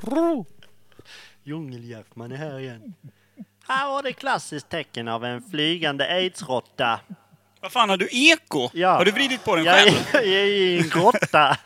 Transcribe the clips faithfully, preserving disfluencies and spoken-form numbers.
Djungeljärt, är här igen. Här var det klassiskt tecken av en flygande aidsrotta. Vad fan, har du eko? Ja. Har du vridit på den Jag själv? är, jag är i en grotta.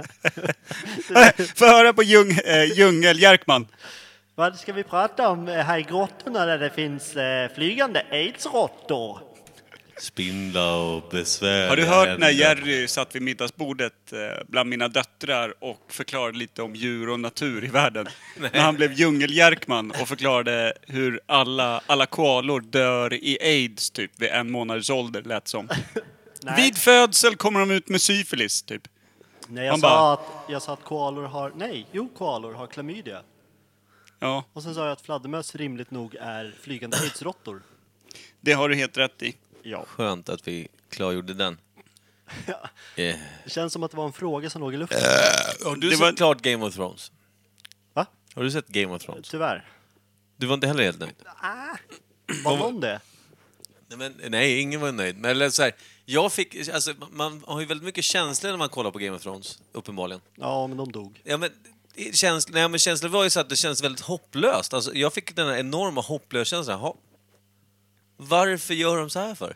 Få höra på djung, äh, Djungel-Jerkman. Vad ska vi prata om här i grottorna där det finns eh, flygande aidsrottor? Spindlar och besvär. Har du hört när Jerry satt vid middagsbordet eh, bland mina döttrar och förklarade lite om djur och natur i världen? Nej. När han blev Djungel-Jerkman och förklarade hur alla, alla koalor dör i aids typ vid en månaders ålder, lät som. Vid födsel kommer de ut med syfilis typ. Nej, jag Han sa, bara- att, jag sa att koalor har... Nej, jo, koalor har klamydia. Ja, Och sen sa jag att fladdermöss rimligt nog är flygande aidsrottor. det har du helt rätt i. Ja. Skönt att vi klargjorde den. Ja. Eh. Det känns som att det var en fråga som låg i luften. Har du Det sett var- klart Game of Thrones? Va? Har du sett Game of Thrones? Tyvärr. Du var inte heller helt nöjd? Var någon det? Nej, men, nej, ingen var nöjd. Men eller, så här, jag fick, alltså, man har ju väldigt mycket känslor när man kollar på Game of Thrones, uppenbarligen. Ja, men de dog. Ja, men, känsl, nej, men känslan var ju så att det känns väldigt hopplöst. Alltså, jag fick den här enorma hopplöskänslan. Ha, varför gör de så här för?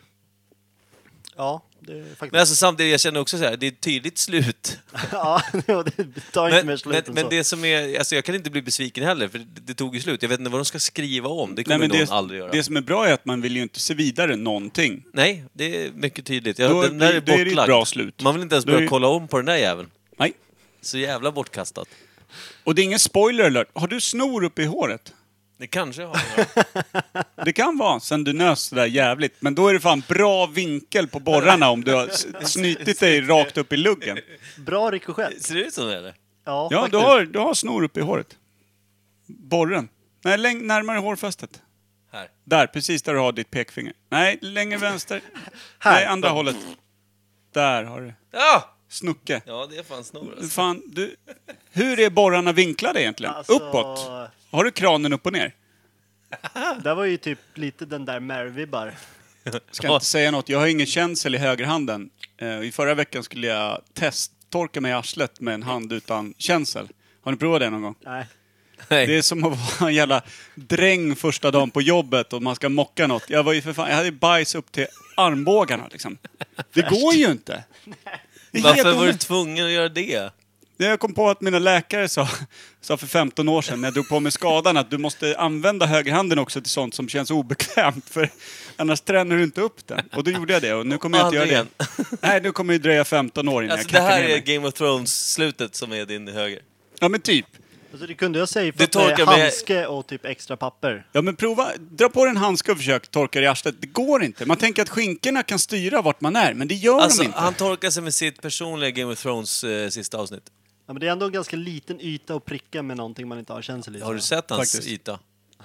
Ja, det är faktiskt... Men alltså, samtidigt, jag känner också så här, det är ett tydligt slut. ja, det tar inte Men, mer men, slut än men så. det som är, alltså, jag kan inte bli besviken heller, för det, det tog ju slut. Jag vet inte vad de ska skriva om, det kommer Nej, men någon det, aldrig göra. det som är bra är att man vill ju inte se vidare någonting. Nej, det är mycket tydligt. Jag, Då- den där är då är det ett bortlagd. bra slut. Man vill inte ens Då är börja det- kolla om på den där jäveln. Nej. Så jävla bortkastat. Och det är ingen spoiler alert. Har du snor uppe i håret? Det kanske har några. Det kan vara, sen du nös där jävligt. Men då är det fan bra vinkel på borrarna om du har s- snytit dig rakt upp i luggen. Bra rikoschett. Ser det ut som det eller? Ja, Ja, du faktiskt. har, du har snor uppe i håret. Borren. Nej, läng- närmare hårfästet. Här. Där, precis där du har ditt pekfinger. Nej, längre vänster. Här. Nej, andra hållet. Där har du. Ja! Snucke. Ja, det är fan snor alltså. Fan, du... Hur är borrarna vinklade egentligen? Alltså, Uppåt? Har du kranen upp och ner? Det var ju typ lite den där Mary-vibbar. Ska inte säga något. Jag har ingen känsel i högerhanden. Eh, I förra veckan skulle jag testtorka mig i arslet med en hand utan känsel. Har ni provat det någon gång? Nej. Nej. Det är som att vara en jävla dräng första dagen på jobbet och man ska mocka något. Jag var ju för fan, jag hade bajs upp till armbågarna liksom. Det går ju inte. Det är helt Varför var du omöjligt. tvungen att göra det? Jag kom på att mina läkare sa, sa för femton år sedan när jag drog på mig skadan att du måste använda högerhanden också till sånt som känns obekvämt. För annars tränar du inte upp den. Och då gjorde jag det och nu kommer jag inte göra Aldrig det. Nej, nu kommer det dröja femton år innan Alltså jag det knackar här ner är mig. Game of Thrones-slutet som är din höger. Ja men typ. Alltså det kunde jag säga för Det att det är torkar med- handske och typ extra papper. Ja men prova, dra på dig en handske och försök torka dig i arslet. Det går inte. Man tänker att skinkorna kan styra vart man är, men det gör Alltså, de inte. han torkar sig med sitt personliga Game of Thrones eh, sista avsnitt. Ja, men det är ändå en ganska liten yta att pricka med någonting man inte har känsel i. Har du sett hans Faktiskt. yta?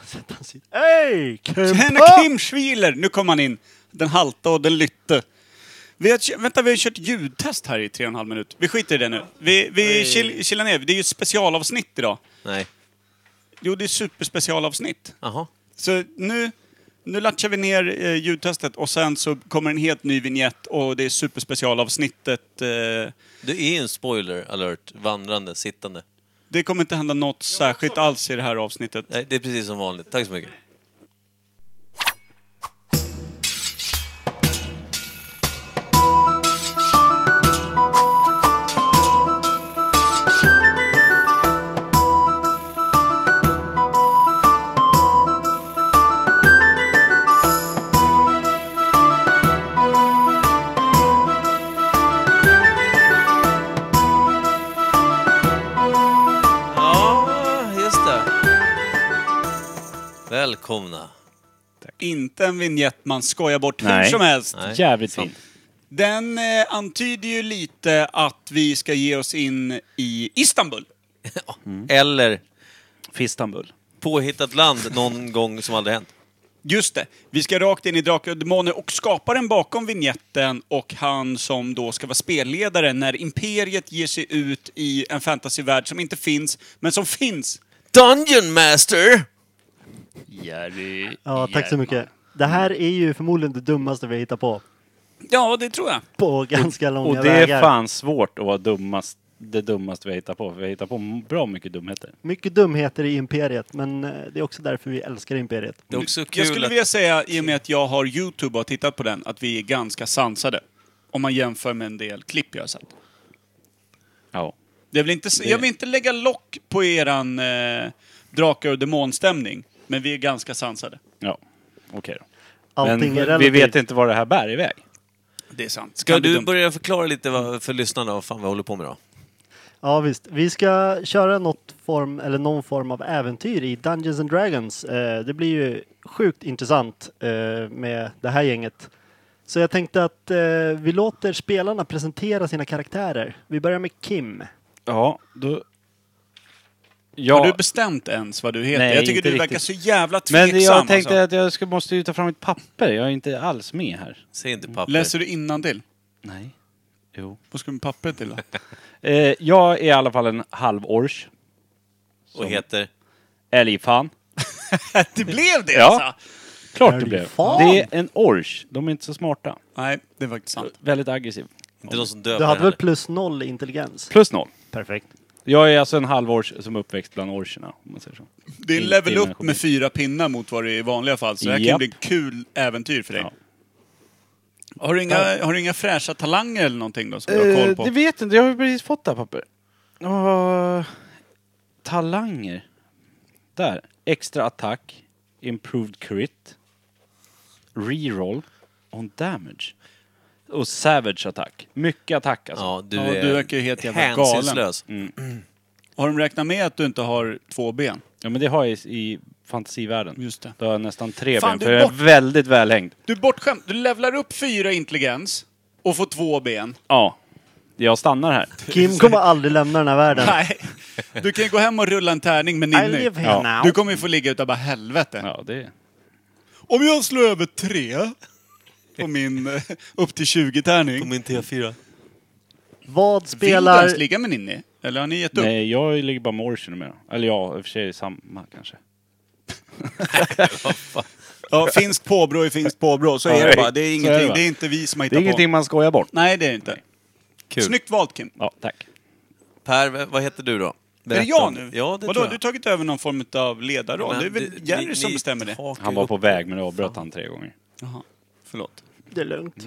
Hej! Tjena Kim Schwiler! Nu kom han in. Den halta och den lytte. Vi har, vänta, vi har kört ljudtest här i tre och en halv minut. Vi skiter i det nu. Vi, vi chill, chillar ner. Det är ju ett specialavsnitt idag. Nej. Jo, det är superspecialavsnitt. Jaha. Så nu, nu latchar vi ner eh, ljudtestet och sen så kommer en helt ny vignett och det är superspecialavsnittet. Eh, Du är ju en spoiler alert, vandrande, sittande. det kommer inte hända något särskilt alls i det här avsnittet. Nej, det är precis som vanligt. Tack så mycket. Ja, just det. Välkomna. Inte en vignett man skojar bort hur Nej. som helst. Nej. Jävligt Sant. fint. Den eh, antyder ju lite att vi ska ge oss in i Istanbul. Eller Fistanbul. påhittat land någon gång som aldrig hänt. Just det. Vi ska rakt in i Drakar och Demoner och skaparen bakom vignetten och han som då ska vara spelledare när Imperiet ger sig ut i en fantasyvärld som inte finns, men som finns. Dungeon Master! Jerry. Ja, tack så mycket. Det här är ju förmodligen det dummaste vi hittar på. Ja, det tror jag. På ganska långa Och det vägar. är fan svårt att vara dummast det dummaste vi hittar på. Vi hittar på bra mycket dumheter. Mycket dumheter i Imperiet, men eh, det är också därför vi älskar Imperiet. Det är också kul Jag skulle att... vilja säga, i och med att jag har YouTube och tittat på den, att vi är ganska sansade. Om man jämför med en del klipp jag har sett. Ja. Det är väl inte, jag vill inte lägga lock på eran eh, drakar och demonstämning, men vi är ganska sansade. Ja, okej okay då. Allting Men är relativt. vi vet inte var det här bär iväg. Det är sant. Ska Kan bli du dumt. börja förklara lite vad, för lyssnarna vad fan vi håller på med då? Ja visst, vi ska köra något form, eller någon form av äventyr i Dungeons and Dragons. Eh, det blir ju sjukt intressant eh, med det här gänget. Så jag tänkte att eh, vi låter spelarna presentera sina karaktärer. Vi börjar med Kim. Ja, då... Ja. Har du bestämt ens vad du heter? Nej, jag tycker inte du verkar riktigt. så jävla tveksam. Men jag tänkte alltså. att jag ska, måste ju ta fram ett papper. Jag är inte alls med här. Säg inte papper. Läser du innantill? Nej. Jo. Vad ska du med pappret till då? Eh, jag är i alla fall en halv ors. Och heter... Älgfan. Det blev det Ja. alltså? Klart det blev. Älgfan? Det är en ors. De är inte så smarta. Nej, det är faktiskt sant. Väldigt aggressiv. Inte någon som dödar Du hade väl heller. plus noll i intelligens? Plus noll. Perfekt. Jag är alltså en halv ors som är uppväxt bland orcherna, om man säger så. Det är en Inte level upp människor. med fyra pinnar mot vad det är i vanliga fall. Så det här kan Japp. bli ett kul äventyr för dig. Ja. Har, du inga, har du inga fräscha talanger eller någonting då som du har koll Eh, på? det vet inte, jag har ju precis fått det här papper. Uh, talanger. Där. Extra attack. Improved crit. Reroll. On damage. Och savage attack. Mycket attack alltså. Ja, du Ja, är du verkar ju helt jävla galen. hänsynslös. Har de räknat med att du inte har två ben? Ja, men det har jag i, i fantasivärlden. Just det. Då har jag nästan tre Fan, ben, du för är jag är bort- väldigt välhängd. Du är bortskämd. Du levlar upp fyra intelligens och får två ben. Ja. Jag stannar här. Kim kommer aldrig lämna den här världen. Nej. Du kan ju gå hem och rulla en tärning med I Ninni. live here Ja. now. Du kommer ju få ligga utav bara helvete. Ja, det... Om jag slår över tre på min eh, upp till tjugo-tärning. På min T fyra. Vad Vill du ens spelar... ligga med Ninni? Eller har ni gett upp? Nej, jag ligger bara med orchen med. Eller ja, i och för sig samma kanske. Ja, finskt påbrå är finskt påbrå. Så är det bara. Det är Så är det ingenting. bara. Det är inte vi som har Det hittat är på. ingenting man skojar bort. Nej, det är det inte. Kul. Snyggt valt, Kim. Ja, tack. Per, v- vad heter du då? Är det Berätta jag om- nu? Ja, det Vadå, tror du har jag. tagit över någon form av ledarroll? Men Det är väl du- Jerry ni- som ni bestämmer det? hakar Han var upp på er. väg, men då avbröt han tre gånger. Jaha, förlåt. Det är lugnt.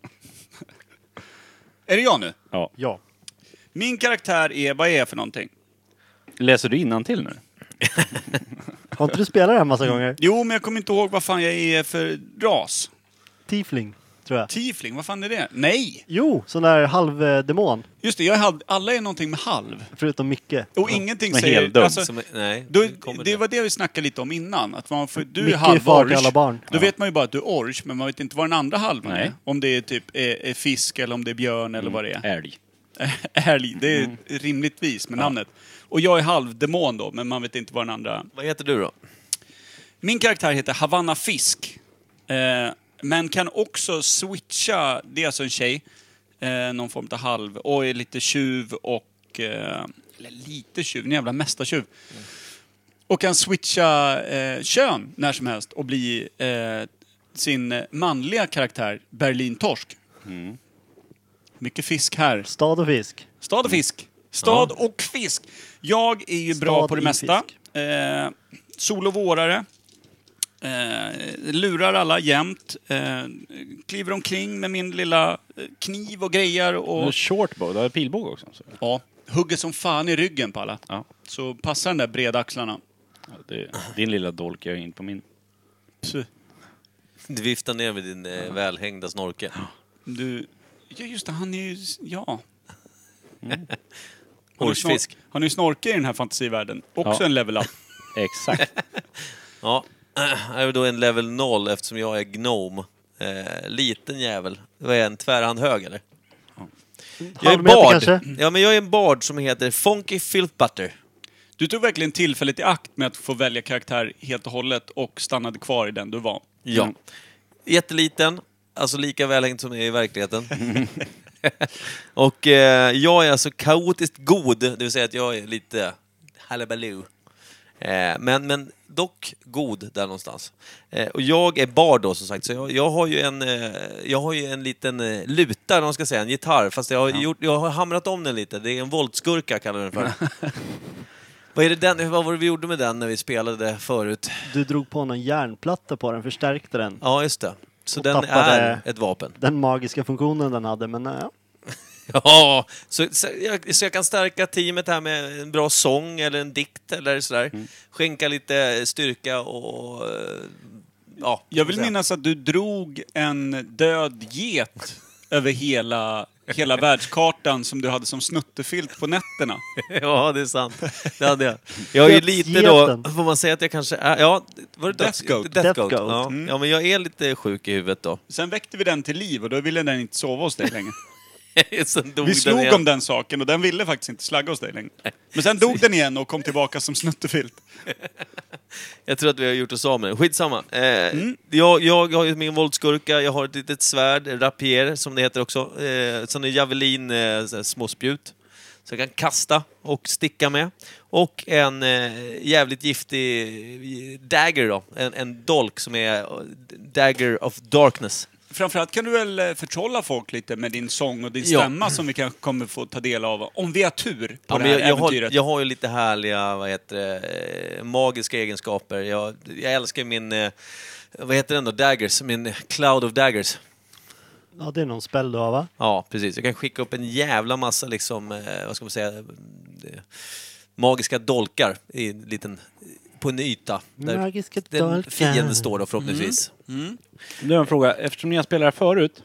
Är det jag nu? Ja. Ja. Min karaktär är, vad är jag för någonting? Läser du innantill nu? Har inte du spelat det här massa gånger? Jo, men jag kommer inte ihåg vad fan jag är för ras. Tiefling, tror jag. Tiefling, vad fan är det? Nej! Jo, sån där halvdemon. Just det, jag är halv, alla är någonting med halv. Förutom Micke. Och ingenting Men säger... helt dum. Alltså, Som, nej, då, det kommer det det. var det vi snackade lite om innan. Att man får, du Micke är är halv far till orch. alla barn. Då vet man ju bara att du är orch, men man vet inte vad den andra halvan Nej. är. Om det är typ är, är fisk eller om det är björn eller vad det är. Älg. Älg, det är rimligtvis med namnet. Och jag är halvdemon då, men man vet inte vad den andra... Vad heter du då? Min karaktär heter Havanna Fisk. Eh, men kan också switcha, det är alltså en tjej, eh, någon form av halv, och är lite tjuv och... Eh, eller lite tjuv, en jävla mästartjuv. Mm. Och kan switcha eh, kön när som helst och bli eh, sin manliga karaktär, Berlin Torsk. Mm. Mycket fisk här. Stad och fisk. Stad och fisk. Stad och fisk. Jag är ju bra Stad på det i mesta. fisk. Eh, sol och vårare. Eh, lurar alla jämt. Eh, kliver omkring med min lilla eh, kniv och grejer. Och Och shortbow, du har pilbåge också. Så. ja, hugger som fan i ryggen på alla. Ja. Så passar den där breda axlarna. Ja, det, din lilla dolk jag in på min. Puh. Du viftar ner med din eh, välhängda snorke. Du... Ja, just det. Han är ju... Ja. Mm. Har ni snor- Orchfisk. Har ni snorke i den här fantasivärlden? Också Ja. en level up. Exakt. Ja, jag är då en level noll eftersom jag är gnome. Eh, liten jävel. Vad är en tvärhand hög eller? Jag är Halvmeter bard. kanske? Ja, men jag är en bard som heter Funky Filth Butter. Du tog verkligen tillfället i akt med att få välja karaktär helt och hållet och stannade kvar i den du var. Ja. Mm. Jätteliten, alltså lika välhängd som jag är i verkligheten. Och eh, jag är alltså kaotiskt god, det vill säga att jag är lite halabaloo. Eh, men, men dock god där någonstans. Eh, och jag är bar då som sagt, så jag, jag har ju en eh, jag har ju en liten eh, luta, eller vad man ska säga, en gitarr, fast jag har, ja. gjort, jag har hamrat om den lite. Det är en voltskurka kallar den för. Vad är det den, vad var det vi gjorde med den när vi spelade förut? Du drog på någon järnplatta på den, förstärkte den. Ja, just det. Så Och den är ett vapen. Den magiska funktionen den hade, men ja. Ja, så, så, jag, så jag kan stärka teamet här med en bra sång eller en dikt eller sådär. Mm. Skänka lite styrka och... Ja, jag vill minnas att du drog en död get över hela, hela världskartan som du hade som snuttefilt på nätterna. Ja, det är sant. Det hade jag. Jag är ju lite då... Får man säga att jag kanske är... Ja, var det Death Goat. Death Death Goat. Goat. Ja. Mm. Ja, men jag är lite sjuk i huvudet då. Sen väckte vi den till liv och då ville den inte sova hos dig längre. Sen dog Vi slog den om den saken och den ville faktiskt inte slagga hos dig längre. Men sen dog den igen och kom tillbaka som snuttefilt. Jag tror att vi har gjort oss av med den. Skitsamma. Eh, Mm. jag, jag har ju min voltskurka, jag har ett litet svärd, rapier som det heter också. Eh, sen är javelin, eh, småspjut. Så jag kan kasta och sticka med. Och en eh, jävligt giftig dagger då. En, en dolk som är uh, Dagger of Darkness. Framförallt kan du väl förtrolla folk lite med din sång och din Ja. stämma som vi kanske kommer få ta del av om vi har tur på Ja, det men här jag, jag, har, äventyret. jag har ju lite härliga, vad heter det, eh, magiska egenskaper. Jag, jag älskar min, eh, vad heter den då, daggers, min Cloud of Daggers. Ja, det är någon spel då, va? Ja, precis. Jag kan skicka upp en jävla massa liksom, eh, vad ska man säga, eh, magiska dolkar i en liten, på en yta. Där Magiska den dolkar. fienden står då förhoppningsvis. Mm. Nu har jag en fråga. Eftersom ni har spelat här förut,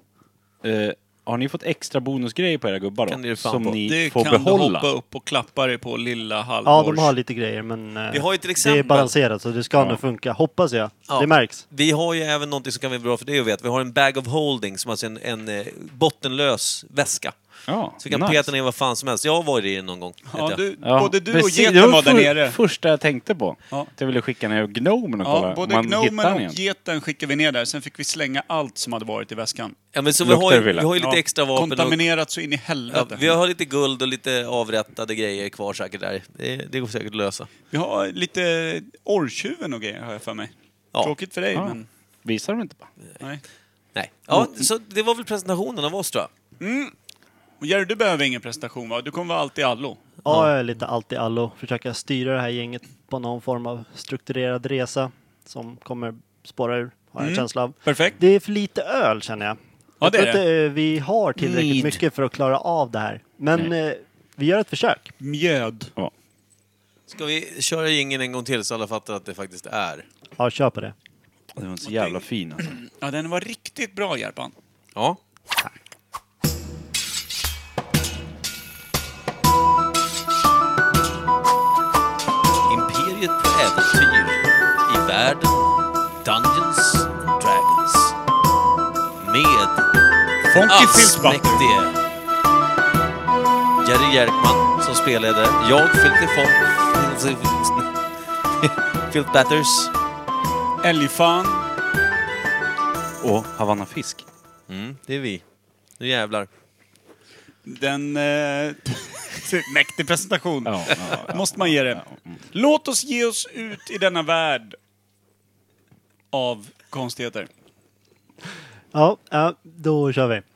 eh, har ni fått extra bonusgrejer på era gubbar då? Kan ni fan som på. ni Det får kan behålla? du hoppa upp och klappa dig på lilla halvårs. Ja, de har lite grejer, men eh, Vi har ju till det exempel... är balanserat så det ska Ja. nog funka. Hoppas jag. Ja. Det märks. Vi har ju även något som kan vara bra för det att veta. Vi har en bag of holding som alltså en, en eh, bottenlös väska. Ja, Så vi kan nice. peta ner vad fan som helst. Jag har varit i den någon gång. Ja, vet jag. du, Ja, både du och precis. Det geten var där för- nere. första jag tänkte på. Ja. Att jag ville skicka ner gnomen och kolla Ja, både om man hittar gnomen den och igen. geten skickade vi ner där. Sen fick vi slänga allt som hade varit i väskan. Ja, men så vi Luktar har, ju, det vi villa. har ju lite Ja, extra vapen. Och, Kontaminerat så in i ja, helvete. vi har lite guld och lite avrättade grejer kvar säkert där. Det, det går säkert att lösa. Vi har lite orrtjuven och grejer har jag för mig. Ja. Tråkigt för dig, Ja. men Mm. Visar de inte bara? nej. Nej. Ja, så det var väl presentationen av oss tror jag. Mm. Och Jerry, du behöver ingen presentation va? Du kommer vara alltid allo. Ja, jag är lite allt i allo. Försöka styra det här gänget på någon form av strukturerad resa som kommer spåra ur, har jag en Mm. känsla av. Perfekt. Det är för lite öl, känner jag. Ja, jag det tror är inte eh, vi har tillräckligt Need. mycket för att klara av det här. Men eh, vi gör ett försök. Mjöd. Ja. Ska vi köra ingen en gång till så alla fattar att det faktiskt är? Ja, kör på det. Den var så jävla fin alltså. Ja, den var riktigt bra, Järpan. Ja. Imperiet på äventyr i världen Dungeons and Dragons. Med Funky Filsbutter. allsmäktige Jerry Jerkman som spelade. Jag, Filthy Font, Filth Batters. Älgfan. Och Havanna Fisk. Mm, det är vi. Nu jävlar. Den... Eh, mäktig presentation. Ja, ja, ja, Måste man ge det. Låt oss ge oss ut i denna värld av konstigheter. Ja, ja då kör vi.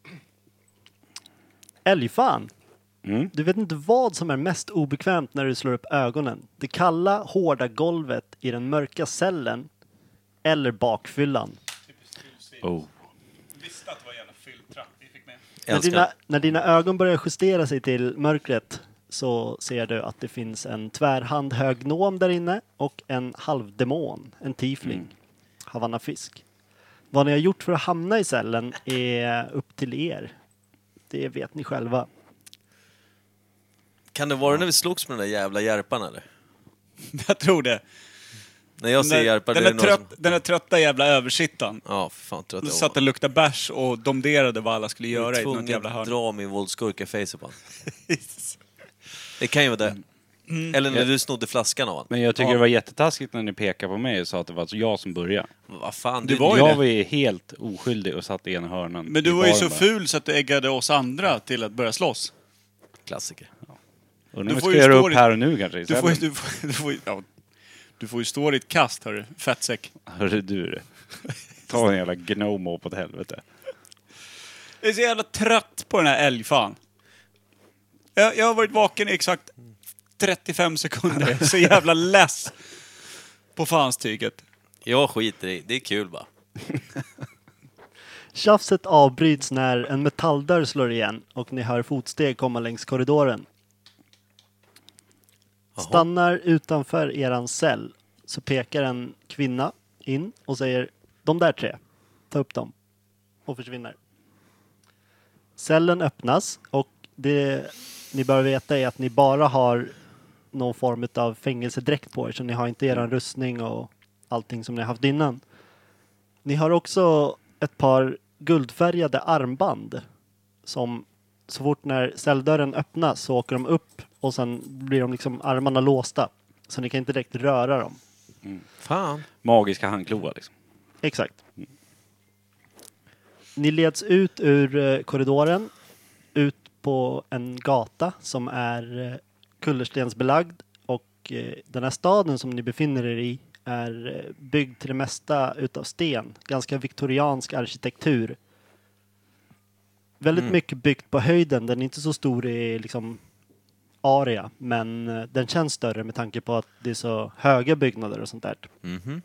Älgfan. Mm. Du vet inte vad som är mest obekvämt när du slår upp ögonen. Det kalla, hårda golvet i den mörka cellen eller bakfyllan. Oh. Visste att det var jävla fylltrapp vi fick med. När Älskar. dina, när dina ögon börjar justera sig till mörkret så ser du att det finns en tvärhand hög gnom där inne och en halvdemon, en tiefling, Mm. Havanna Fisk. Vad ni har gjort för att hamna i cellen är upp till er. Det vet ni själva. Kan det vara när vi slogs med den där jävla järpan eller? Jag tror det. När jag Den ser där, järpar den, det där är någon trött, som... den där trötta jävla översittan. Ja, för fan trött De jag satt och luktade bärs och domderade vad alla skulle Jag göra är i något tvungen jävla att hörn. dra min våldskurka i face på honom. Det kan ju vara det. Mm. Eller när Ja. du snodde flaskan av honom. Men jag tycker Ja. det var jättetaskigt när ni pekade på mig och sa att det var jag som började. Vad fan, Du du, var ju jag det. var ju helt oskyldig och satt i ena hörnan. Men du i var ju baren så bara. ful så att du äggade oss andra till att börja slåss. klassiker. Undrar om vi får ska ju göra stå upp i- här och nu kanske Du får, ju- istället. du, får, du, får, ju- ja, du får ju stå ditt kast, hörru. Fettsäck. Hörru du. Ta en jävla gnomo på ett helvete. Jag är så jävla trött på den här älgfan. Jag, jag har varit vaken i exakt trettiofem sekunder. Jag är så jävla less på fanstyget. Jag skiter i. Det är kul bara. Tjafset avbryts när en metalldörr slår igen och ni hör fotsteg komma längs korridoren. Jaha. Stannar utanför eran cell så pekar en kvinna in och säger de där tre, ta upp dem och försvinner. Cellen öppnas och det ni bör veta är att ni bara har någon form av fängelsedräkt på er så ni har inte eran rustning och allting som ni har haft innan. Ni har också ett par guldfärgade armband som så fort när celldörren öppnas så åker de upp och sen blir de liksom armarna låsta. Så ni kan inte direkt röra dem. Fan. Magiska handklovar liksom. Exakt. Ni leds ut ur eh, korridoren, ut på en gata som är eh, kullerstensbelagd och eh, den här staden som ni befinner er i är eh, byggd till det mesta utav sten. Ganska viktoriansk arkitektur. Väldigt Mm. mycket byggt på höjden. Den är inte så stor i liksom area, men eh, den känns större med tanke på att det är så höga byggnader och sånt där. Mhm.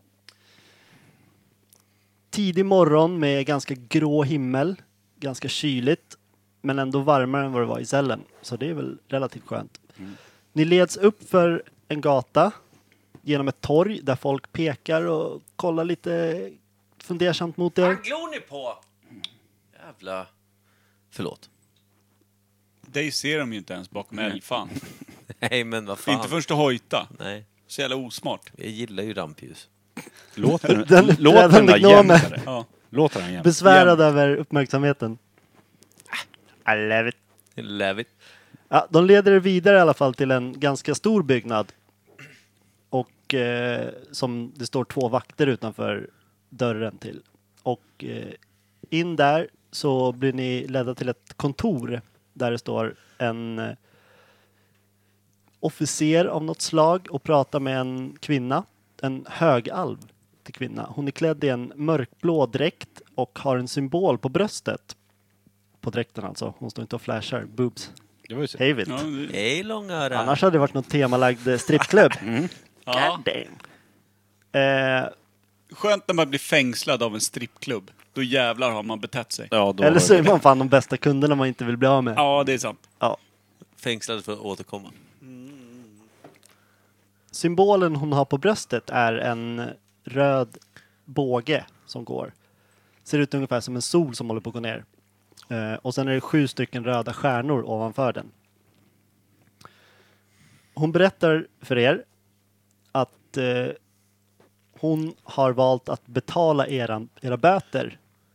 Tidig morgon med ganska grå himmel, ganska kyligt, men ändå varmare än vad det var i cellen. Så det är väl relativt skönt. Ni leds upp för en gata genom ett torg där folk pekar och kollar lite fundersamt mot er. Vad glor ni på? Jävla... Förlåt. Dig ser de ju inte ens bakom älgfan. Nej, men vad fan. Inte först att hojta. Nej, Så jävla osmart. jag gillar ju rampljus. Låter den, Den låter den där uppträdande jämt eller? Ja. Låter den jämt? Besvärad över uppmärksamheten. I love it. Love it. Ja, de leder er vidare i alla fall till en ganska stor byggnad. Och eh, som det står två vakter utanför dörren till. Och eh, in där så blir ni ledda till ett kontor där det står en eh, officer av något slag och pratar med en kvinna. En högalv till kvinna. Hon är klädd i en mörkblå dräkt och har en symbol på bröstet. På dräkten alltså. Hon står inte och flashar. Boobs. Det var ju så. Hej vilt. Ja, det- Hej långöra. Annars hade det varit någon temalagd eh, strippklubb. ja. God damn. Eh, Skönt när man blir fängslad av en strippklubb. Då jävlar har man betett sig. Ja, då eller så var är det- man fan de bästa kunderna man inte vill bli av med. Ja, det är sant. Ja. Fängslad för att återkomma. Symbolen hon har på bröstet är en röd båge som går. Ser ut ungefär som en sol som håller på att gå ner. Eh, och sen är det sju stycken röda stjärnor ovanför den. Hon berättar för er att eh, hon har valt att betala era, era böter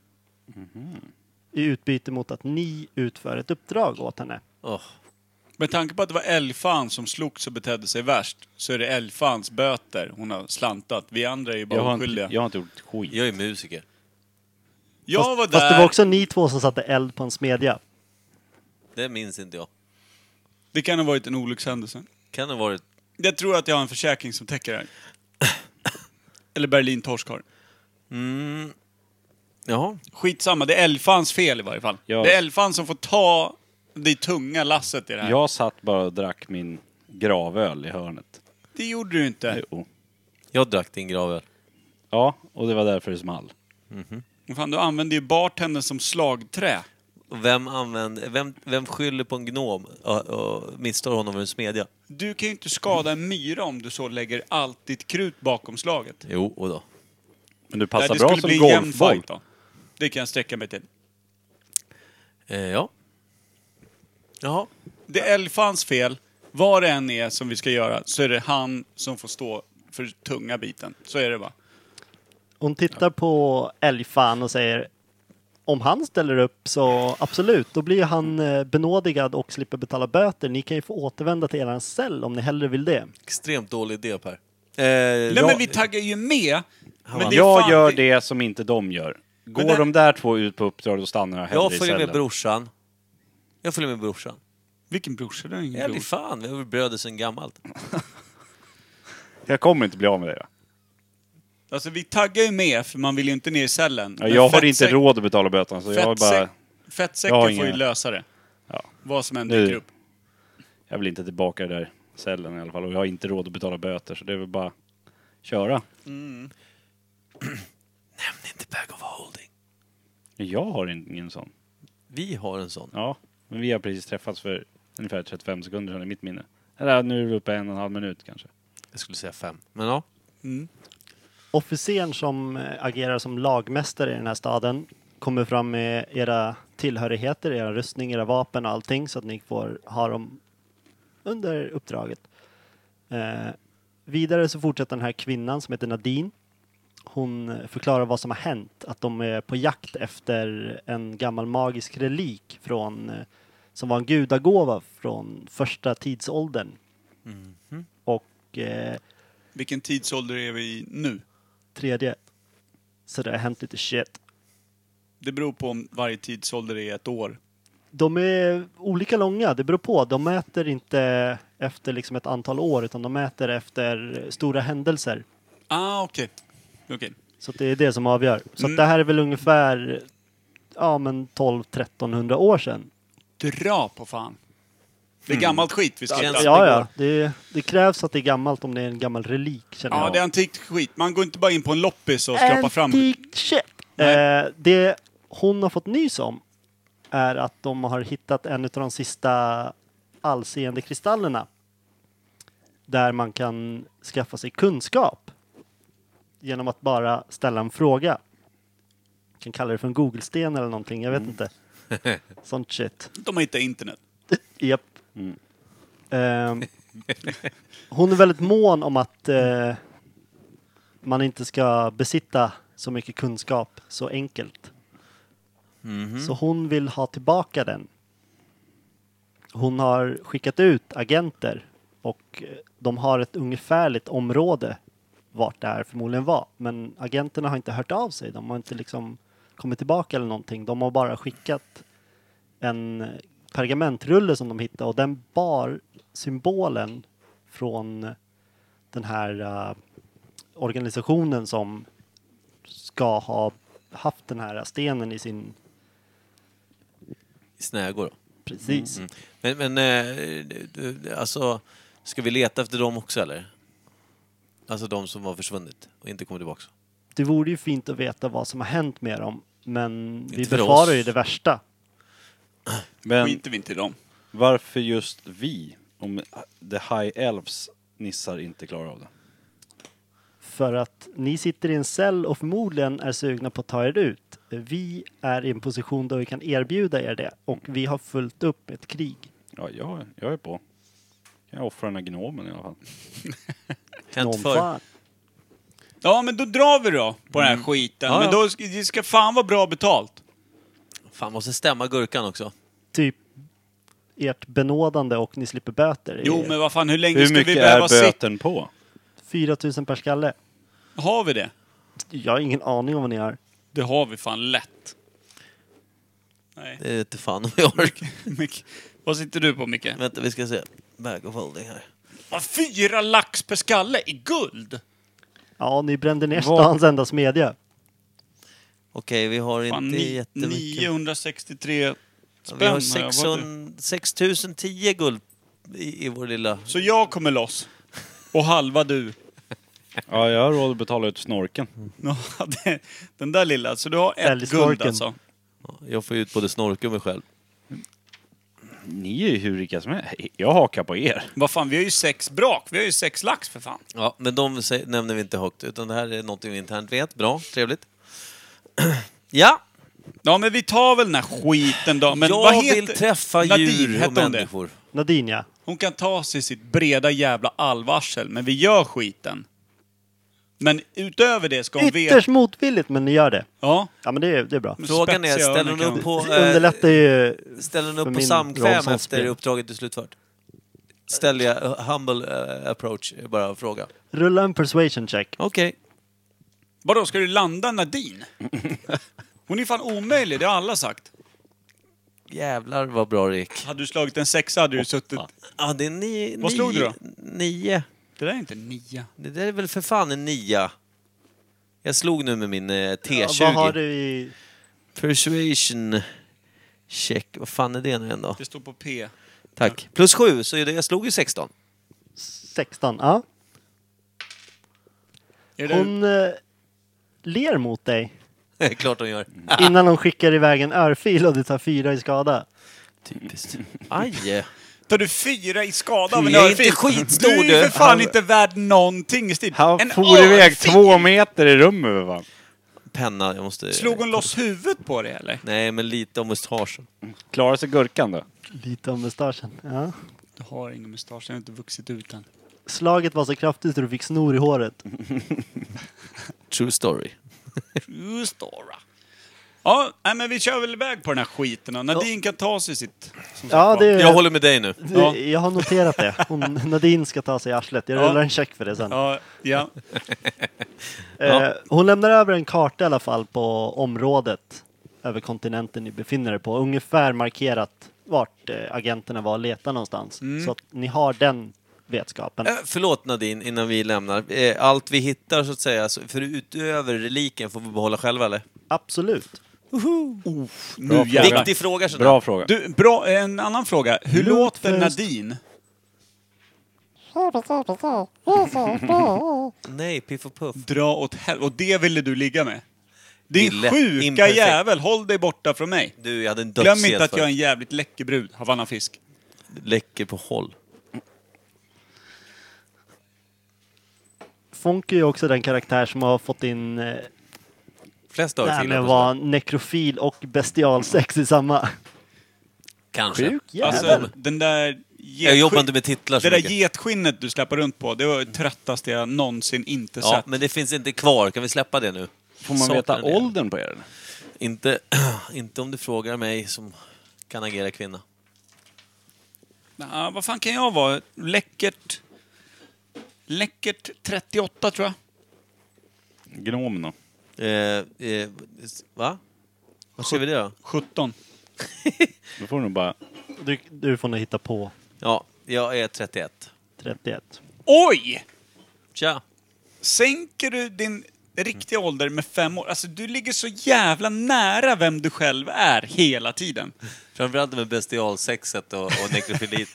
i utbyte mot att ni utför ett uppdrag åt henne. Åh, Med tanke på att det var älgfan som slogs och betedde sig värst, så är det älgfans böter hon har slantat. Vi andra är ju Jag bara har, inte, oskyldiga. jag har inte gjort skit. jag är musiker. Jag fast, var där. fast det var också ni två som satte eld på en smedja. Det minns inte jag. Det kan ha varit en olyckshändelse. Kan det ha varit... Jag tror att jag har en försäkring som täcker det här. Eller Berlin Torsk har. Mm. Jaha. Skitsamma, det är älgfans fel i varje fall. Ja. Det är älgfan som får ta det tunga lasset i det här. Jag satt bara och drack min gravöl i hörnet. Det gjorde du inte. Jo. Jag drack din gravöl. Ja, och det var därför det small. Men fan, du använde ju bartendern som slagträ. Och Vem, använder, vem, vem skyller på en gnom och, och misstar honom för en smedja? Du kan ju inte skada en myra om du så lägger allt ditt krut bakom slaget. Jo, och då. Men du Nej, passar det bra skulle som bli en jämn golfboll. fight då. Det kan jag sträcka mig till. Eh, ja. Jaha. Det är älgfans fel. Vad det än är som vi ska göra så är det han som får stå för tunga biten. Så är det va? Hon tittar på älgfan och säger om han ställer upp så absolut, då blir han eh, benådigad och slipper betala böter. Ni kan ju få återvända till eran cell om ni hellre vill det. Extremt dålig idé, Per. Eh, Nej jag- men vi taggar ju med. Men det är Jag fan- gör det som inte de gör. Går Men det- de där två ut på uppdrag, då stannar jag hellre Jag i följer med cellen. brorsan. Jag följer med brorsan. Vilken brorsa? Det är ingen Ja, bror. vi fan, vi har väl bröder sedan gammalt. Jag kommer inte bli av med det. Ja. Alltså vi taggar ju med för man vill ju inte ner i cellen. Ja, Men jag har inte fettsäck- råd att betala böterna så jag har bara... fettsäck- Fettsäcken jag har får ju inga- lösa det. Ja. Vad som än Nu- dyker upp. Jag vill inte tillbaka i den där cellen i alla fall. Och jag har inte råd att betala böter så det är väl bara köra. Nämn inte bag of holding. Jag har ingen sån. Vi har en sån. Ja, men vi har precis träffats för ungefär trettiofem sekunder sedan i mitt minne. Eller nu är vi uppe en och en halv minut kanske. Jag skulle säga fem. Men ja. Mm. Officeren som eh, agerar som lagmästare i den här staden kommer fram med era tillhörigheter, era rustning, era vapen och allting så att ni får ha dem under uppdraget. Eh, vidare så fortsätter den här kvinnan som heter Nadine. Hon eh, förklarar vad som har hänt. Att de är på jakt efter en gammal magisk relik från, eh, som var en gudagåva från första tidsåldern. Och eh, Vilken tidsålder är vi i nu? tredje. Så det har hänt lite shit. Det beror på om varje tidsålder är ett år. De är olika långa, det beror på. De mäter inte efter liksom ett antal år utan de mäter efter stora händelser. Ah, okej. Okej. Så att det är det som avgör. Så Mm. att det här är väl ungefär ja, men tolv trettonhundra år sedan. Dra på fan. Det är gammalt skit vi ska Känns- hitta. Ja, ja. Det, det krävs att det är gammalt om det är en gammal relik, känner Ja, jag. det är antikt skit. Man går inte bara in på en loppis och skrapar fram. Antikt shit! Nej. Eh, det hon har fått nys om är att de har hittat en av de sista allseende kristallerna. Där man kan skaffa sig kunskap. Genom att bara ställa en fråga. Man kan kalla det för en Google-sten eller någonting, jag vet inte. Sånt shit. De har hittat internet. Japp. Ehm, hon är väldigt mån om att eh, man inte ska besitta så mycket kunskap så enkelt. Så hon vill ha tillbaka den. Hon har skickat ut agenter och eh, de har ett ungefärligt område vart det här förmodligen var. Men agenterna har inte hört av sig. De har inte liksom kommit tillbaka eller någonting. De har bara skickat en pergamentrulle som de hittade och den bar symbolen från den här uh, organisationen som ska ha haft den här stenen i sin... Snägor. Precis. Mm. Men, men eh, du- du- alltså, ska vi leta efter dem också eller? Alltså de som har försvunnit och inte kommit tillbaka. Det vore ju fint att veta vad som har hänt med dem. Men vi Inte för befarar oss. ju det värsta. Men Skiter vi inte i dem. varför just vi? Om The High Elves nissar inte klarar av det. För att ni sitter i en cell och förmodligen är sugna på att ta er ut. Vi är i en position där vi kan erbjuda er det. Och vi har fullt upp ett krig. Ja, jag, jag är på. Kan jag offra den här gnomen i alla fall. Hänt Någon för. fan. Ja, men då drar vi då på den här skiten. Ja, Men ja. då ska, det ska fan vara bra betalt. Fan, måste stämma gurkan också. Typ ert benådande och ni slipper böter. Jo, men vad fan, hur länge Hur ska vi mycket behöva är sitta? böten på? fyra tusen per skalle. Har vi det? Jag har ingen aning om vad ni har. Det har vi fan lätt. Nej. Det är inte fan om jag har. Micke. Vad sitter du på, Micke? Vänta, vi ska se. Bag of holding här. Vad, fyra lax per skalle i guld? Ja, ni brände ner Vad? stans enda smedja. Okej, vi har Fan, inte ni, jättemycket. niohundrasextiotre Ja, spänn. vi har har jag varit. sexhundra sex tusen tio guld i, i vår lilla... Så jag kommer loss. Och halva du. Ja, jag har råd att betala ut snorken. Ja, det- Den där lilla. Så du har ett Älgsnorken. guld alltså. Jag får ut både snorke och mig själv. Ni är ju hur rika som helst. Jag hakar på er. Vad fan, vi har ju sex brak. Vi har ju sex lax för fan. Ja, men de sä- nämner vi inte högt, utan det här är något vi internt vet. Bra, trevligt. Ja, Ja, men vi tar väl den här skiten då. Men jag vad heter... vill träffa Nadine, djur hette och hon det? människor. Nadine, ja. Hon kan ta sig sitt breda jävla allvarsel, men vi gör skiten. Men utöver det ska hon veta... Ytterst motvilligt, men ni gör det. Ja. Ja, men det är, det är bra. med Frågan är, spetsiga ställer öron hon kan upp hon- på, Det eh, underlättar ju ställer hon för upp på min samkväm roll som efter spel. uppdraget är slutfört? Ställer jag uh, humble uh, approach, är bara en fråga. rulla en persuasion check. Okej. Vadå, ska du landa Nadine? Hon är fan omöjlig, det har alla sagt. Jävlar vad bra det gick. Hade du slagit en sexa hade du suttit... Ja, det är ni, Vad slog du då? Nio. Det där är inte nia. Det där är väl för fan en nia. Jag slog nu med min eh, T tjugo. Ja, vad har du i... Persuasion check. Vad fan är det nu ändå? Det står på P. Tack. Plus sju, så är det, jag slog ju sexton. sexton, ja. Är det... Hon eh, ler mot dig Klart hon gör. innan hon skickar iväg en örfil och du tar fyra i skada. Typiskt. Aj. Tar du fyra i skada av en Jag är örfil? inte skitstor, Du är du. för fan inte värd någonting i stil. Han En for iväg örfil! två meter i rummet för fan. Penna, jag måste... Slog hon loss huvudet på dig eller? Nej, men lite om mustaschen. Klarar sig Gurkan då? Lite om mustaschen. Ja. Du har ingen mustasch, den har inte vuxit ut än. Slaget var så kraftigt att du fick snor i håret. True story. True story. Ja, nej, men vi kör väl iväg på den här skiten. Och Nadine kan ta sig sitt... som Ja, sagt det, var. Jag håller med dig nu. det, Ja. jag har noterat det. Hon, Nadine ska ta sig i arslet. Jag Ja. rullar en check för det sen. Ja, ja. Eh, hon lämnar över en karta i alla fall på området över kontinenten ni befinner er på. Ungefär markerat vart eh, agenterna var och letade någonstans. Mm. Så att ni har den vetskapen. Äh, förlåt Nadine, innan vi lämnar. Eh, Allt vi hittar så att säga, så- för utöver reliken får vi behålla själva eller? Absolut. Nu jävlar. Viktig fråga sådär. Bra fråga. Du, bra, en annan fråga. Hur Låt låter först. Nadine? Nej, Piff och Puff. Dra åt helvete. Och det ville du ligga med? Din Ville. sjuka Imperfekt. jävel, håll dig borta från mig. Du, jag hade en Glöm dödsed inte att för. jag är en jävligt läcker brud, Havanna Fisk. Läcker på håll. Fonk är ju också den karaktär som har fått in eh, Flest det här örfilar med att på vara sådär. nekrofil och bestialsex i samma. Kanske. Sjuk jävel. Alltså, den där... Jag jobbar inte med titlar så Det där mycket. getskinnet du släpper runt på, det var det tröttaste jag någonsin inte Ja, sett. men det finns inte kvar. Kan vi släppa det nu? Får man Saknar veta det. åldern på er eller? Inte, inte om du frågar mig som kan agera kvinna. Ja, vad fan kan jag vara? Läckert... Läckert trettioåtta tror jag. Gnomen då? Eh, eh, va? Vad ser vi det då? sjutton. Då får du nog bara... Du, du får nog hitta på Ja, jag är trettioett. trettioett. Oj! Tja. Sänker du din riktiga ålder med fem år? Alltså du ligger så jävla nära vem du själv är hela tiden. Framförallt med bestialsexet och, och nekrofilit.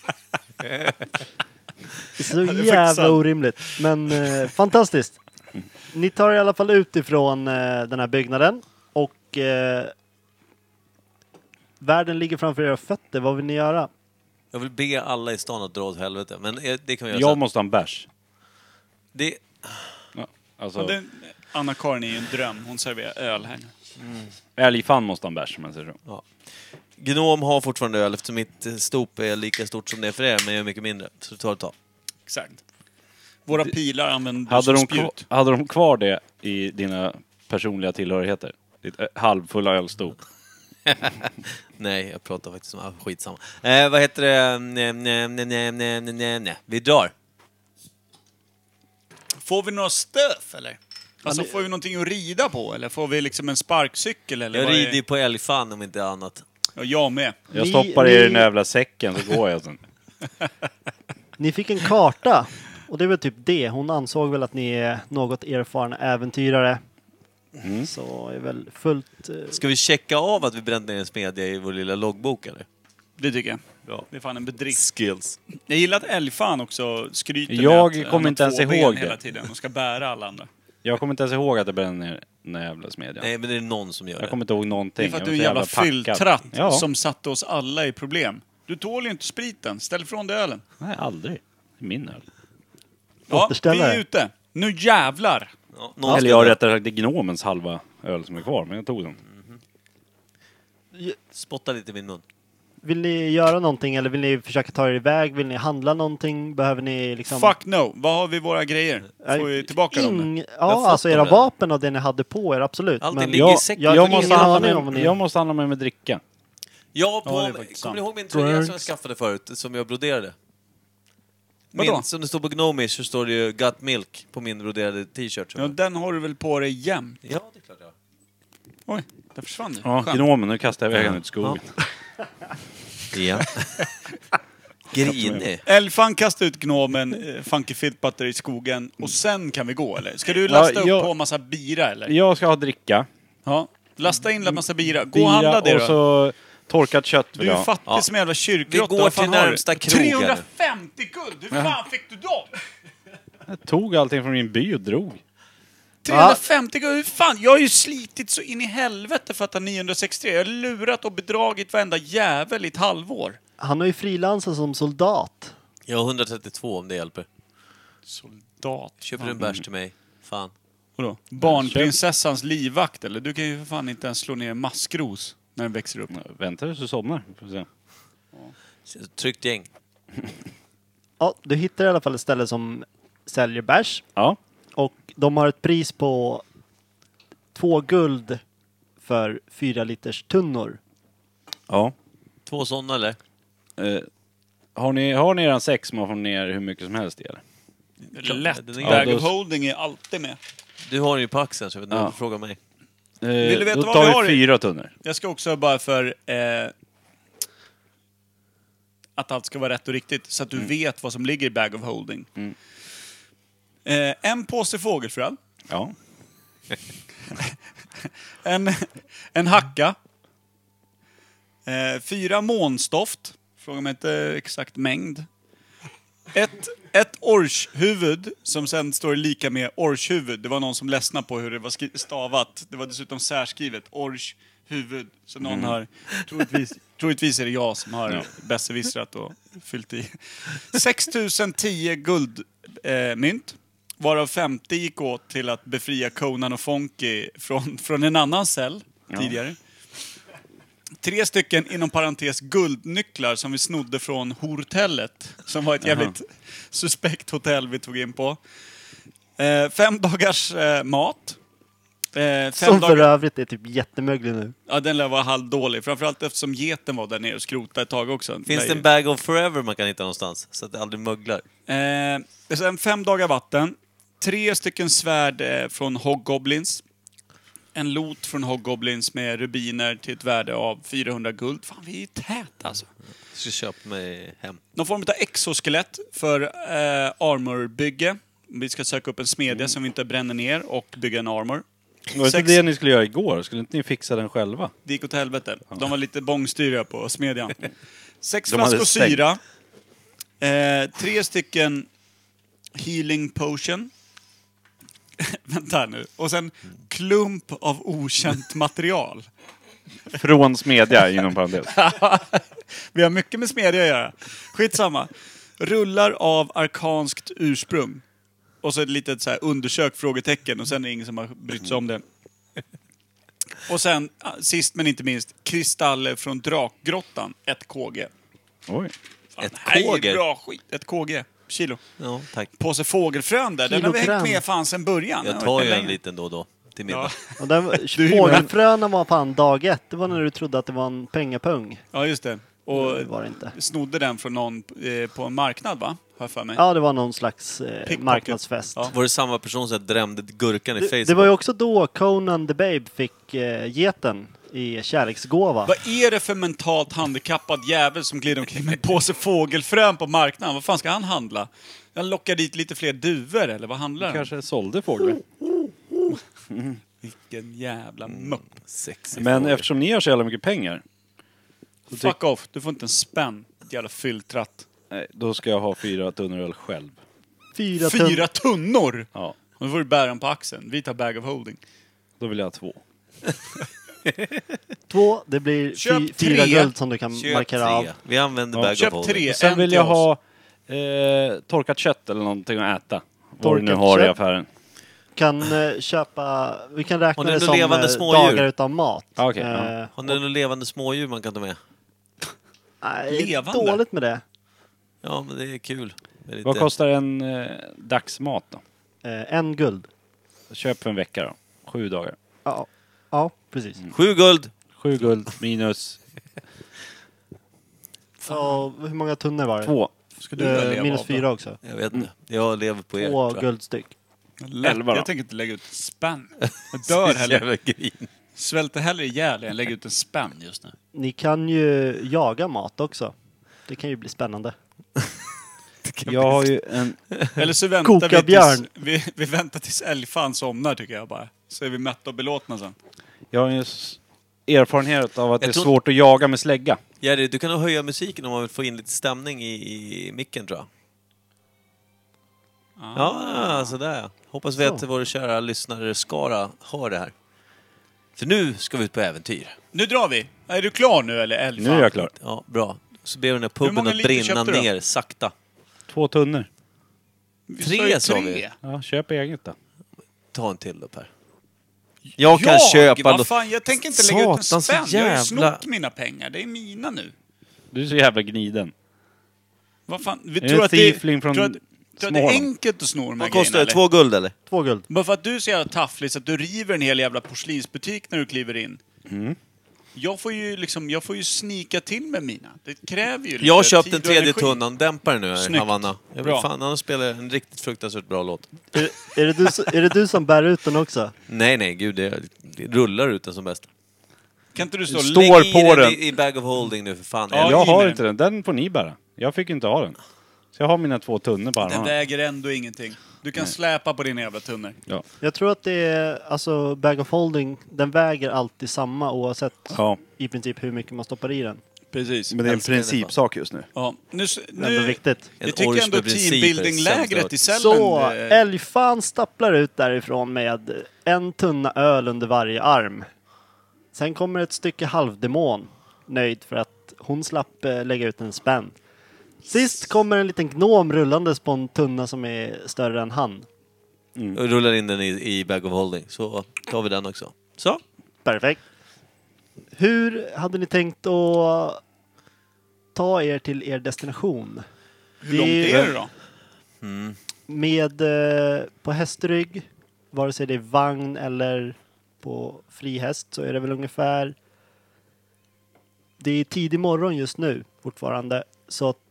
Så är faktiskt jävla sant. orimligt. Men eh, fantastiskt. Ni tar i alla fall ut ifrån eh, den här byggnaden. Och eh, världen ligger framför era fötter. Vad vill ni göra? Jag vill be alla i stan att dra åt helvete. Men eh, det kan vi göra Jag sen. måste ha en bärs. Det, Ja, alltså, Och det, Anna-Karin är ju en dröm. Hon serverar öl här nu. älgfan måste ha en bärs, om man säger så. ja. Gnom har fortfarande öl eftersom mitt eh, stop är lika stort som det är för er, men jag är mycket mindre. Så ta ett tag. Exakt. Våra pilar använder du Hade som de, kvar, spjut. hade de kvar det i dina personliga tillhörigheter? Ditt äh, halvfulla ölstop? Nej, jag pratar faktiskt om ah, skitsamma. Eh, vad heter det? Nej, nej, nej, nej, nej, nej, nej. Vi drar. Får vi några stöf eller? Alltså Ja, det- får vi någonting att rida på? Eller får vi liksom en sparkcykel? Eller Jag vad är- rider ju på älgfan om inte annat. Ja, jag med. Jag Ni- stoppar i ni- den där jävla säcken så går jag sen. Ni fick en karta. Och det är väl typ det. Hon ansåg väl att ni är något erfarna äventyrare. Mm. Så är väl fullt... Eh, Ska vi checka av att vi brände ner en smedja i vår lilla loggbok eller? Det tycker jag. Ja. Det är fan en bedrift. Skills. Jag gillar att älgfan också skryter Jag med att kommer han har inte ens två ben ihåg det. hela tiden och ska bära alla andra. Jag kommer inte ens ihåg att jag brände ner den där jävla smedjan. Nej, men det är någon som gör Jag det. kommer inte ihåg Det någonting. är för att Jag du är en var jävla så packad. fylltratt Ja. som satte oss alla i problem. Du tål ju inte spriten. Ställ ifrån dig ölen. Nej, aldrig. Det är min öl. Ja, vi Återställare. är ute. Nu jävlar! Ja, någon Eller ska jag dö. rättare sagt, det är gnomens halva öl som är kvar, men jag tog den. Spotta lite i min mun. vill ni göra någonting eller vill ni försöka ta er iväg? Vill ni handla någonting? Behöver ni liksom... Fuck no! Vad har vi våra grejer? Får vi tillbaka dem? Ing... har Ja, fått alltså dem era redan. vapen och det ni hade på er, absolut. Allting Men ligger i Jag, säcken. jag jag, har måste ingen handla aning om med, vad ni- jag måste handla med, med dricka. Ja, på, Ja, det är faktiskt kommer sant. du ihåg min tröja som jag Drugs. skaffade förut, som jag broderade? Vadå? Min, som det står på Gnomish så står det ju Got Milk på min broderade t-shirt. Ja, den har du väl på dig jämt? Ja, det är klart jag har. Oj, där försvann det. Ja, Skönt. gnomen, nu kastar jag iväg den ut i skogen. Ja. Grinig. Älgfan kastar ut gnomen, eh, Funky Filtbutter i skogen och sen kan vi gå eller? Ska du lasta Ja, upp jag- på en massa bira eller? Jag ska ha dricka. Ja. Lasta in en massa bira. Gå Bira och handla det och då. så torkat kött vill Du jag är ha. fattig Ja. som en jävla Vi kyrkgrotta. går Vad fan till har du? närmsta krog här. trehundrafemtio guld! Hur fan fick du dem? Jag tog allting från min by och drog. trehundrafemtio guld? Hur fan? Jag har ju slitit så in i helvete för att ha niohundrasextiotre. Jag har lurat och bedragit varenda jävel i ett halvår. Han har ju frilansat som soldat. Jag har hundratrettiotvå om det hjälper. Soldat. Köper du en bärs till mig? Fan. Vadå? Barnprinsessans livvakt eller? Du kan ju för fan inte ens slå ner en maskros när den växer upp. Vänta tills du somnar. Får se. Tryggt gäng. Ja, du hittar i alla fall ett ställe som säljer bärs. Ja. Och de har ett pris på två guld för fyra liters tunnor. Ja. Två sådana eller? Eh, har, ni, har ni eran sex som man får ner hur mycket som helst i eller? Lätt. Den är- Bag Ja, of då- holding är alltid med. Du har den ju på axeln så jag vet inte Ja. om du frågar mig. Eh, Vill du veta då vad tar vi vi har i- fyra tunnor. Jag ska också bara för eh, att allt ska vara rätt och riktigt så att du vet vad som ligger i bag of holding. Mm. Eh, en påse fågelfrön, Ja. en, en hacka, eh, fyra månstoft, fråga mig inte exakt mängd, ett, ett orchhuvud som sen står lika med orchhuvud. Det var någon som ledsnade på hur det var skri- stavat. Det var dessutom särskrivet, orchhuvud. Så någon har, troligtvis, troligtvis är det jag som har Ja. besserwissrat och fyllt i. sex tusen tio guldmynt. Eh, mynt. Varav femtio gick åt till att befria Conan och Fonky från, från en annan cell tidigare. Tre stycken, inom parentes, guldnycklar som vi snodde från hotellet. Som var ett jävligt suspekt hotell vi tog in på. Eh, fem dagars eh, mat. Eh, fem Som för dagar... övrigt är typ jättemöglig nu. Ja, den lär vara halvdålig. Framförallt eftersom geten var där nere och skrotade ett tag också. Finns det en bag of forever man kan hitta någonstans? Så att det aldrig möglar. Eh, sen fem dagar vatten. Tre stycken svärd eh, från Hoggoblins. En lot från Hoggoblins med rubiner till ett värde av fyrahundra guld. Fan, vi är tät alltså. Jag ska köpa mig hem. Någon form av exoskelett för eh, armorbygge. Vi ska söka upp en smedja som vi inte bränner ner och bygga en armor. Det var inte Sex- det ni skulle göra igår. Skulle inte ni fixa den själva? Det gick åt helvete. De var lite bångstyriga på smedjan. Sex De hade flaskor stängt. syra. Eh, tre stycken healing potion. Vänta här nu. Och sen klump av okänt material. Från smedja inom parentes. Vi har mycket med smedja att göra. Skitsamma. Rullar av arkanskt ursprung. Och så ett litet så här undersök frågetecken och sen är det ingen som har brytt sig om det. Och sen, sist men inte minst, kristaller från Drakgrottan, ett K G. Oj. Fan, Ett det här är K G? ju bra skit. Ett K G. Kilo. Ja, tack. Påse fågelfrön där. Den har vi hängt Kilogram. med fan sen början. Jag Den har tar varit ju med en länge. liten då och då till middag. Ja. Och den, Du är ju fågelfröna var fan dag ett. Det var när du trodde att det var en pengapung. Ja, just det. Och Det var det inte. snodde den från någon eh, på en marknad, va? Har jag för mig. Ja, det var någon slags eh, Pickpocket. marknadsfest. Ja. Var det samma person som drämde gurkan i Det, Facebook? det var ju också då Conan the Babe fick eh, geten i kärleksgåva. Vad är det för mentalt handikappad jävel som glider omkring med en påse fågelfrön på marknaden? Vad fan ska han handla? Han lockar dit lite fler duvor, eller vad handlar det om? Kanske sålde fåglar. Vilken jävla mupp. Sexy Men fågel. eftersom ni har så jävla mycket pengar. Så tyck- Fuck off, du får inte en spänn. Jävla fylltratt. nej, då ska jag ha fyra tunnor öl själv. Fyra, tun- Fyra tunnor! Ja, Och då får du bära dem på axeln. Vi tar bag of holding. då vill jag ha två. två, det blir Köp fy, fyra tre. guld som du kan Köp markera av. tre. Vi använder Ja. bag Köp of holding. tre. Och sen en vill till jag oss. ha eh, torkat kött eller någonting att äta. Vad du nu Torkat har i kött? affären. Kan eh, köpa, vi kan Har räkna ni det några som levande eh, smådjur? dagar utav mat. Ah, okej, ja. Eh, Har ni några levande smådjur man kan ta med? nej, Levande? dåligt med det. Ja, men det är kul. Det är lite... Vad kostar en eh, dagsmat då? Eh, en guld. Köp för en vecka då. Sju dagar. Ja, ja precis. Sju guld! Sju guld minus Så hur många tunnor var det? två. Ska du börja Eh, leva minus av fyra också. Jag vet inte. Jag lever på er, Två tror jag. guldstyck. Lätt. Elva då. Jag tänker inte lägga ut spänn. Jag dör Så heller. jävla grin. Svälter hellre ihjäl än lägger ut en spänn just nu. Ni kan ju jaga mat också. Det kan ju bli spännande. Jag har ju en... Eller så väntar Koka vi björn. tills, vi, vi väntar tills älgfan somnar tycker jag bara. Så är vi mätta och belåtna sen. Jag har ju s- erfarenhet av att Jag det är tror- svårt att jaga med slägga. Jerry, du kan nog höja musiken om man vill få in lite stämning i, i micken, tror jag. Ja, sådär. Hoppas vi Så. att våra kära lyssnare skara hör det här. För nu ska vi ut på äventyr. Nu drar vi. Är du klar nu eller älgfan? Nu är jag klar. Ja, bra. Så ber vi den här Hur puben många att liter brinna köpte du då? ner sakta. Två tunnor. Vi Tre, sa ju sa tre. vi. Ja, köp eget då. Ta en till då, Per. Jag kan köpa... Vad lo- fan, jag tänker inte lägga ut en Satan, så spänn. Jag har ju jävla- snott mina pengar. Det är mina nu. Du är så jävla gniden. Vad fan? Vi Är tror det att det, tiefling från tror att, tror att det är Småland? enkelt att sno de här Vad grejerna, kostar det? eller? Två guld, eller? Två guld. Bara för att du är så jävla tafflig så att du river en hel jävla porslinsbutik när du kliver in. Mm. Jag får ju liksom, jag får ju snika till med mina. Det kräver ju lite Jag har köpt tid den och tredje energi. tunnan. Dämpar nu här, Snyggt. Havanna. Jag vill Bra. fan, han spelar en riktigt fruktansvärt bra låt. Är, är, det du, som- är det du som bär ut den också? Nej, nej, gud, det, det rullar ut den som bäst. Kan inte du stå Står lägg- Lägg i på den den. i, i bag of holding nu, för fan. Ja, jag i med har den. inte den. Den får ni bära. Jag fick inte ha den. Så jag har mina två tunnor på Den armarna. väger ändå ingenting. Du kan släpa på dina jävla tunnor. Ja. Jag tror att det är, alltså bag of holding, den väger alltid samma oavsett ja, i princip hur mycket man stoppar i den. Precis. men det är en Älskar den principsak just nu. Ja. Nu, s- Det är ändå nu, viktigt. En jag tycker orch ändå med principer, teambuilding-lägret sämst i cellen... Så, eh, älgfan stapplar ut därifrån med en tunna öl under varje arm. Sen kommer ett stycke halvdemon, nöjd för att hon slapp eh, lägga ut en spänn. Sist kommer en liten gnom rullandes på en tunna som är större än han. Och rullar in den i, i bag of holding. Så tar vi den också. Så. Perfekt. Hur hade ni tänkt att ta er till er destination? hur långt det- är det då? Med eh, på hästrygg, vare sig det är vagn eller på fri häst, så är det väl ungefär... Det är tidig morgon just nu fortfarande, så att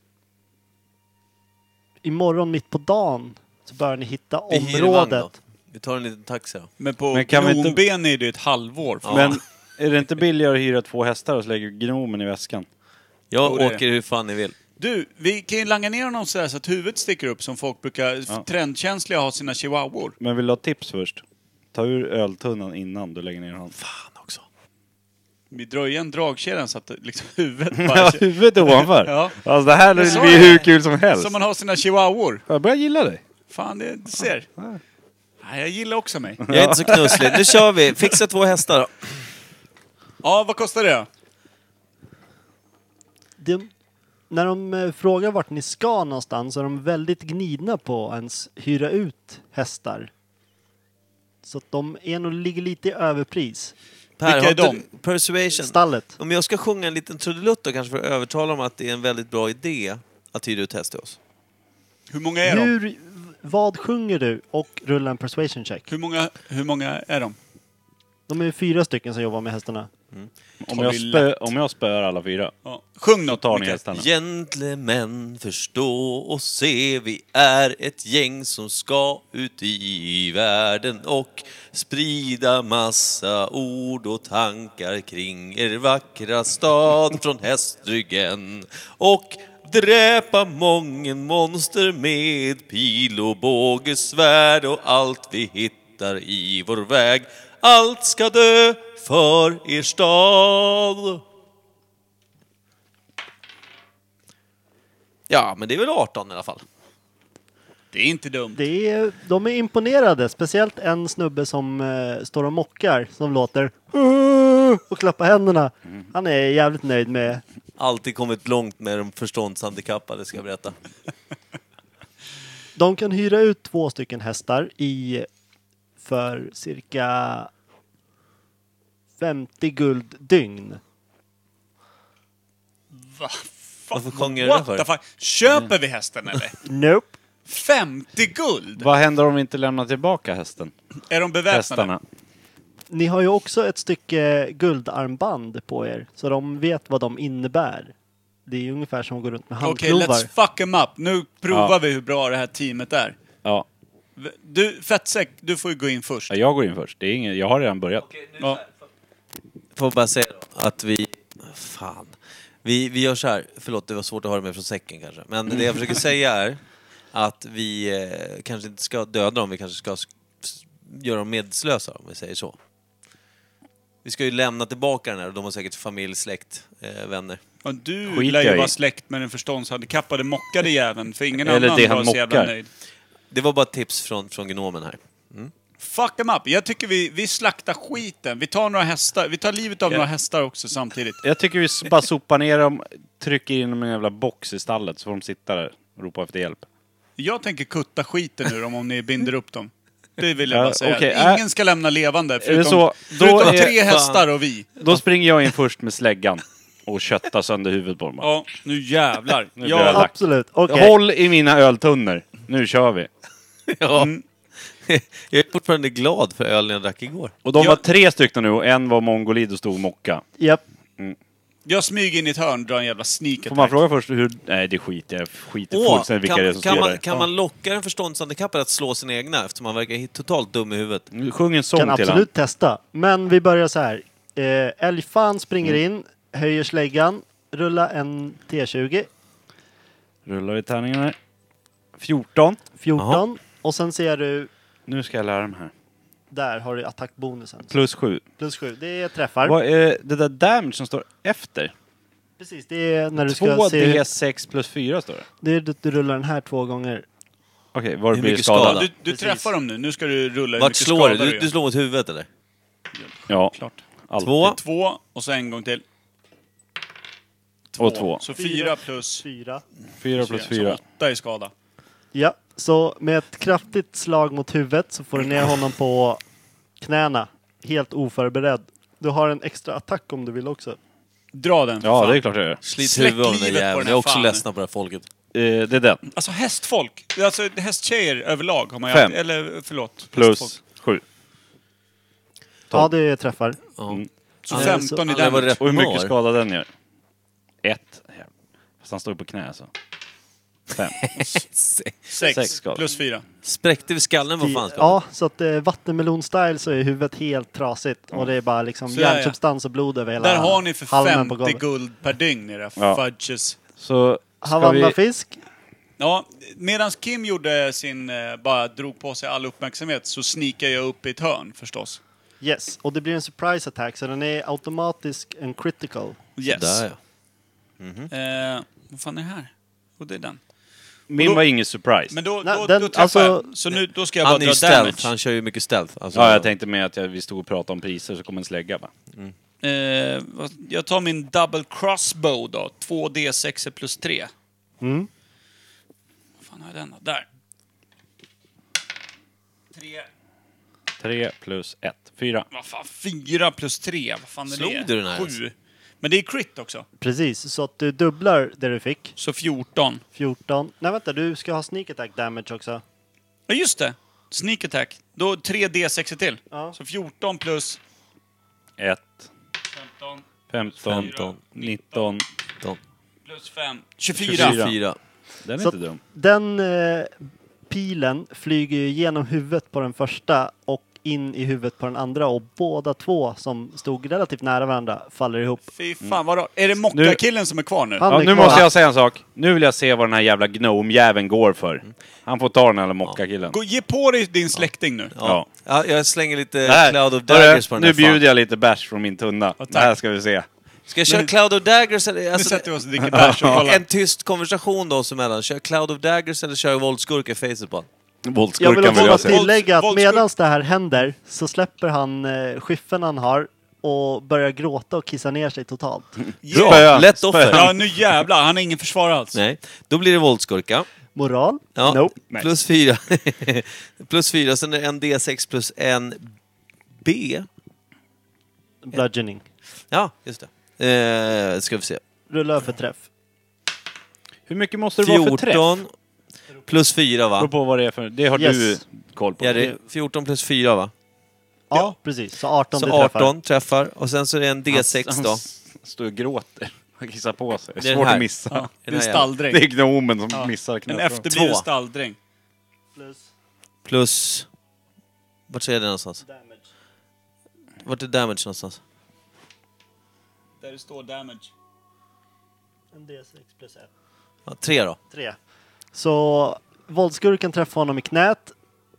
imorgon mitt på dagen så bör ni hitta Vi hyr en vagn då. området. Vi tar en liten taxi då. Men på Men kan vi inte- Gnomben är det ju ett halvår. Ja. Men är det inte billigare att hyra två hästar och så lägger gnomen i väskan? Jag Jo, det är åker hur fan ni vill. Du, vi kan ju langa ner honom sådär så att huvudet sticker upp som folk brukar, Ja. trendkänsliga, ha sina chihuahuor. Men vill du ha tips först? Ta ur öltunnan innan du lägger ner honom. Fan också. Vi drar igen dragkedjan så att det liksom huvudet Ja, bara... huvudet ovanför. Ja. Alltså det här Jag sa blir det. hur kul som helst. Som man har sina chihuahuor. Jag börjar gilla dig. Fan, det, du ser. Nej, jag gillar också mig. Jag är inte så knusslig. Nu kör vi. Fixa två hästar då. Ja, vad kostar det? De, när de eh, frågar vart ni ska någonstans så är de väldigt gnidna på att ens hyra ut hästar. Så att de är nog ligger lite i överpris. Per, Vilka har är inte de? du- Persuasion. Stallet. Om jag ska sjunga en liten trudelutt då, kanske för att övertala dem att det är en väldigt bra idé att hyra ut häst till oss. Hur många är de? Hur, vad sjunger du och rulla en persuasion check? Hur många, hur många är de? De är fyra stycken som jobbar med hästarna. Om tar jag, vi spö, lätt. om jag spör alla fyra, Ja. Sjung så något, tar ni Mikael. hästarna. Gentlemän, förstå och se, vi är ett gäng som ska ut i världen och sprida massa ord och tankar kring er vackra stad från hästryggen och dräpa mången monster med pil och bågesvärd och allt vi hittar i vår väg. Allt ska dö för er stad. Ja, men det är väl arton i alla fall. Det är inte dumt. Det är, de är imponerade, speciellt en snubbe som eh, står och mockar som låter och klappar händerna. Han är jävligt nöjd med. Alltid kommit långt med de förståndshandikappade, ska jag berätta. De kan hyra ut två stycken hästar i för cirka femtio guld dygn. Va? Varför sjunger du det What för? the fuck? Köper vi hästen eller? Nope. femtio guld? Vad händer om vi inte lämnar tillbaka hästen? Är de beväpnade? Hästarna. Ni har ju också ett stycke guldarmband på er, så de vet vad de innebär. Det är ju ungefär som att gå runt med Okej, handklovar. let's fuck em up. Nu provar Ja. vi hur bra det här teamet är. Ja. V- Du, Fettsäck, du får ju gå in först. Ja, jag går in först. Det är ingen, jag har redan börjat. Ja. Får bara säga då, att vi... Fan. Vi, vi gör så här. Förlåt, det var svårt att höra mig från säcken kanske. Men det jag försöker säga är att vi eh, kanske inte ska döda dem. Vi kanske ska s- s- göra dem medslösa, om vi säger så. Vi ska ju lämna tillbaka den här och de har säkert familj, släkt, eh, vänner. Ja, du Skit lär ju jag i. vara släkt med den förståndshandikappade mockade jäveln, för ingen Eller annan det han var så jävla mockar. nöjd. Det var bara ett tips från, från gnomen här. Fuck them up. Jag tycker vi, vi slaktar skiten. Vi tar några hästar. Vi tar livet av Ja. några hästar också samtidigt. Jag tycker vi s- bara sopar ner dem, trycker in dem i en jävla box i stallet så får de sitta där och ropa efter hjälp. Jag tänker kutta skiten ur dem om ni binder upp dem. Det vill jag Ja, bara säga. okej, Ingen äh, ska lämna levande förutom, så? Då förutom är- tre hästar och vi. Då springer jag in först med släggan och köttar sönder huvudet på dem. bara. Ja, nu jävlar. Nu blir jag Ja, lack. Absolut. Okej. Håll i mina öltunnor. Nu kör vi. Ja. Mm. Jag är fortfarande glad för ölen jag drack igår. Och de Ja. var tre stycken nu och en var mongolid och stod och mocka. Japp. jag smyger in i ett hörn och drar en jävla sneak Får man attack. fråga först hur... Nej, det skiter jag skiter Åh, fullständigt vilka kan, det är som kan, spelar. man, kan man locka en förståndshandikappad att slå sina egna eftersom man verkar helt- totalt dum i huvudet? Ja. Sjung en sång Kan till absolut testa. Men vi börjar så här. Eh, Älgfan springer in, höjer släggan, rulla en T tjugo, han. Rullar i tärningarna. fjorton. fjorton. Och sen ser du, Nu ska jag lära mig här. där har du attackbonusen. Plus sju. Plus sju, det är träffar. Vad är det där damage som står efter? Precis, det är när du ska två se... D sex plus fyra står det. Det är att du rullar den här två gånger. Okej, var Hur blir mycket skadad? skada? Du, du Precis. träffar dem nu. Nu ska du rulla hur Vart mycket slår du? skada Du, gör. du slår mot huvudet eller? Ja, Klart. alltid. Två. Två och så en gång till. Och två. Så fyra plus Fyra. Fyra plus så fyra. åtta i skada. Ja, så med ett kraftigt slag mot huvudet så får du ner honom på knäna. Helt oförberedd. Du har en extra attack om du vill också. Dra den. för Ja, fan. det är klart jag gör. Slit Släck huvudet av den där livet på jäveln. den här Jag är också fan. ledsna på det här folket. Eh, det är den. Alltså hästfolk. Alltså hästtjejer överlag har man ju Fem. alltid, eller förlåt. Plus hästfolk. sju. Ja, det träffar. Ja. Mm. Så Ja, femton i Alla var damage. rätt Och hur mycket mar. skada den gör? Ett. Fast han står ju på knä så. Fem. Sex, Sex skada. plus fyra. Spräckte vi skallen? Vad fan ska Ja, så att eh, vattenmelon-style så är huvudet helt trasigt. Och det är bara liksom Så, ja, ja. hjärnsubstans och blod över hela Där har ni för halmen på femtio golvet. guld per dygn era Ja. fudges. Så ska Havanna vi... fisk. Ja, medan Kim gjorde sin, eh, bara drog på sig all uppmärksamhet så sneakade jag upp i ett hörn förstås. Yes, och det blir en surprise attack så den är automatisk en critical. Yes. Där ja. Eh, vad fan är det här? Och det är den. Min då- var ingen surprise. Men då, Nej, då, den- då träffar alltså- jag. Så nu, då ska jag bara Han är dra ju stealth. damage. Han kör ju mycket stealth. Alltså, Ja, jag tänkte med att jag, vi stod och pratade om priser så kom en slägga va? Eh, vad- jag tar min double crossbow då. två D sex plus tre. Mm. Vad fan har jag den då? Där. tre. Tre plus ett. Fyra. Vad fan? fyra plus tre. Vad fan är Slog det? du den här Sju. Men det är crit också. Precis, så att du dubblar det du fick. Så fjorton. fjorton. Nej vänta, du ska ha sneak attack damage också. Ja, just det. Sneak attack. Då tre D sex till. Ja. Så fjorton plus Ett. femton Femton. femton. Nitton. plus fem. tjugofyra. tjugofyra. tjugofyra. Den är Så- inte dum. Den eh, pilen flyger ju genom huvudet på den första och in i huvudet på den andra och båda två som stod relativt nära varandra faller ihop. Fy fan, vadå? Är det mocka-killen som är kvar nu? Han Ja, är nu kvar. måste jag säga en sak. Nu vill jag se vad den här jävla gnome-jäveln går för. Han får ta den här mocka-killen. Gå, ge på dig din släkting nu. Ja. Ja, jag slänger lite Här, Cloud of hörru, Daggers på den nu här fan. bjuder jag lite bärs från min tunna. tack. Det här ska vi se. Ska jag köra Men- Cloud of Daggers eller... Nu Alltså, sätter vi oss och dricker bärs och kollar. en tyst konversation då oss emellan. Kör Cloud of Daggers eller kör våldskurka i facet på honom? Jag vill Våldskurkan också vill bara jag se. tillägga att Vålds- medan det här händer så släpper han eh, skyffen han har och börjar gråta och kissa ner sig totalt. Bra, Spö, lätt spö. offer. Ja, nu jävlar. Han har ingen försvar alls. Nej, då blir det våldskurka. Moral? Ja. Nope. Nej. Plus fyra. Plus fyra, sen är det en D sex plus en B. Bludgeoning. Ja, just det. Eh, ska vi se. Rulla för träff. Hur mycket måste det vara för träff? fjorton plus fyra Beror va? på vad det är för... Det har Yes. du koll på. Ja, det är fjorton plus fyra va? Ja, precis. Så arton Så det träffar. arton träffar. Och sen så är det en D sex Han då. s- står och gråter. Han kissar på sig. Det Det är är svårt den här. att missa. Ja, det är Den en här stalldräng. Det är gnomen som Ja. missar En knappt. efterbliven Två. stalldräng. Plus. Plus... Vart är det någonstans? Damage. Vart är damage någonstans? Där det står damage. En D sex plus ett. Ja, tre då. Tre. Så våldskurken träffar honom i knät.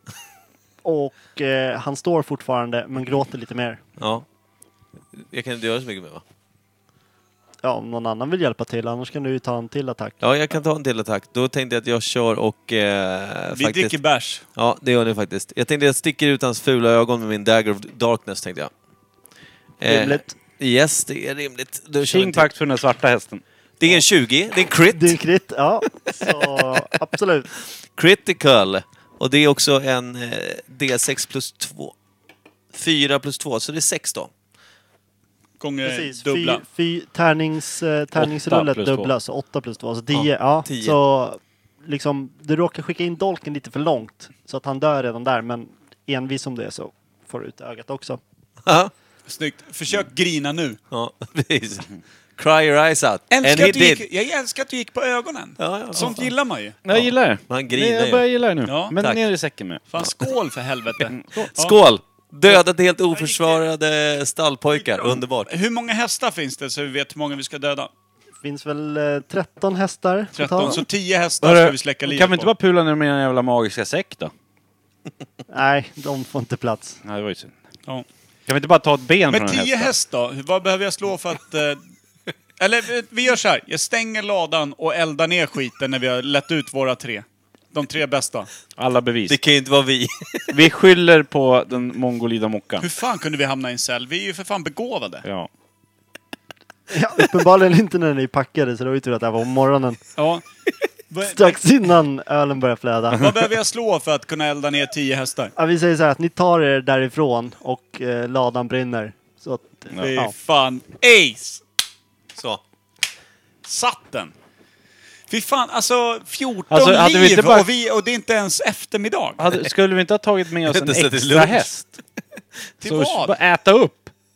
Och eh, han står fortfarande men gråter lite mer. Ja. Jag kan inte göra så mycket mer, va? Ja, om någon annan vill hjälpa till. Annars kan du ju ta en till attack. Ja, jag kan ta en till attack. Då tänkte jag att jag kör och... Eh, Vi faktiskt... dricker bärs. Ja, det gör ni faktiskt. Jag tänkte att jag sticker ut hans fula ögon med min Dagger of Darkness, tänkte jag. Eh, Rimligt. Yes, det är rimligt. Då kör vi en till. King för den svarta hästen. Det är en tjugo, det är en crit. Din crit, ja. Så absolut. Critical. Och det är också en eh, D sex plus två. fyra plus två, så det är sex då. Gånger Precis. dubbla. Fy, fy, tärnings, eh, tärningsrullet plus två. dubblas, så åtta plus två. Så tio. Ja, Ja, tio. Så liksom, du råkar skicka in dolken lite för långt. Så att han dör redan där. Men envis som det är så får du ut ögat också. Ja, Snyggt. Försök grina nu. ja, precis. Cry your eyes out. And Älskar he att du did. gick, jag älskar att du gick på ögonen. Ja, ja, Sånt fan. gillar man ju. Jag gillar det. Man Nej, grinar jag börjar ju. gilla det nu. Ja, Men tack. ner i säcken med. Fan, skål för helvete. Ja. Skål! Dödat helt oförsvarade stallpojkar. Underbart. Hur många hästar finns det så vi vet hur många vi ska döda? Finns väl eh, tretton hästar tretton, totalt. så tio hästar ska vi släcka livet Kan vi inte på. bara pula ner med en jävla magiska säck då? Nej, de får inte plats. Nej, det var ju synd. Ja. Kan vi inte bara ta ett ben Men från en tio häst? häst då? Vad behöver jag slå för att... Eh, eller eh, vi gör så här. Jag stänger ladan och eldar ner skiten när vi har lett ut våra tre. De tre bästa. Alla bevis. Det kan ju inte vara vi. Vi skyller på den mongolida mockan. Hur fan kunde vi hamna i en cell? Vi är ju för fan begåvade. Ja. Ja, uppenbarligen inte när ni packade, så det var ju tur att det var om morgonen. Ja. Va- Strax innan ölen började flöda. Vad behöver jag slå för att kunna elda ner tio hästar? Ja, vi säger så här att ni tar er därifrån och eh, ladan brinner. Så att, eh, Fy ja. fan. Ace! Så. Satt den. Fy fan, alltså fjorton Alltså, hade vi liv inte bara- och, vi, och det är inte ens eftermiddag. Hade, skulle vi inte ha tagit med oss en Inte så att det är extra lunch. häst? Till Så vad? bara äta upp.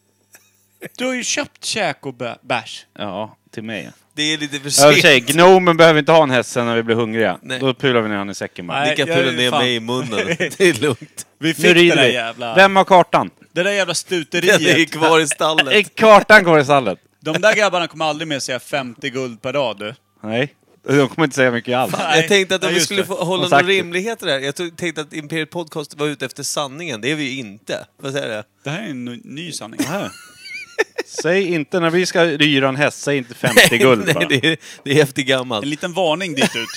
Du har ju köpt käk och bä- bärs. Ja, till mig. Det är lite för Ja, i och för sig, sent. gnomen behöver inte ha en häst sen när vi blir hungriga. Nej. Då pular vi ner han i säcken bara. Nej. Ni kan jag är pula ner fan- mig i munnen. Det är lugnt. Vi Nu fick det rider där vi. jävla... Vem har kartan? Det där jävla Den stuteriet. är kvar i Eh, stallet. Kartan går i stallet. De där grabbarna kommer aldrig mer säga femtio guld per dag, du. Nej, de kommer inte säga mycket alls. Nej. Jag tänkte att Ja, om vi just skulle det. få De hålla har någon sagt det. rimlighet där. Jag tog- tänkte att Imperiet Podcast var ute efter sanningen. Det är vi ju inte. Vad säger du? Det här är en ny sanning. Här. Säg inte, när vi ska ryra en häst, säg inte femtio guld bara. Nej, det är, det är efter En gammalt. liten varning dit ut.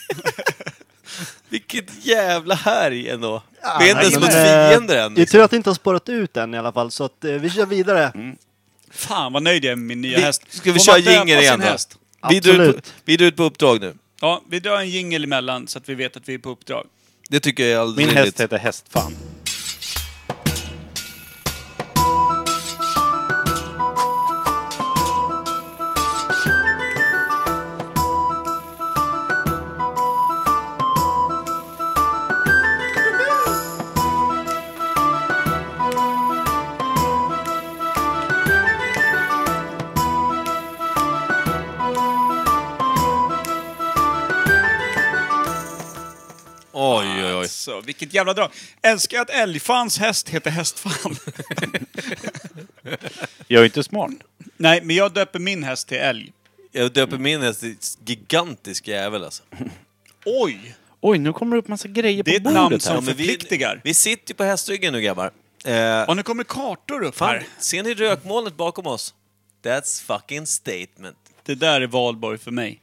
Vilket jävla härj ändå. vi är inte Nej, ens men, mot eh, fiender än. Det är Liksom. tur att det inte har spårat ut än i alla fall, så att eh, vi kör vidare. Fan vad nöjd jag är med min nya Vi- häst. ska vi Får köra man döpa jingeln sin igen då? häst? Vi drar, ut på, Absolut. vi drar ut på uppdrag nu. Ja, vi drar en jingel emellan så att vi vet att vi är på uppdrag. Det tycker jag är alldeles Min rimligt. häst heter Hästfan. Oj, oj, oj. Alltså, vilket jävla drag. Älskar att älgfans häst heter hästfan. Jag är inte smart. Nej, men jag döper min häst till älg. Jag döper min häst till gigantisk jävel alltså. Oj! Oj, nu kommer det upp massa grejer Det är på ett namn bordet som- här. men vi, förpliktigar. vi sitter ju på hästryggen nu grabbar. Eh, Och nu kommer kartor upp fan, här. ser ni rökmolnet bakom oss? That's fucking statement. Det där är Valborg för mig.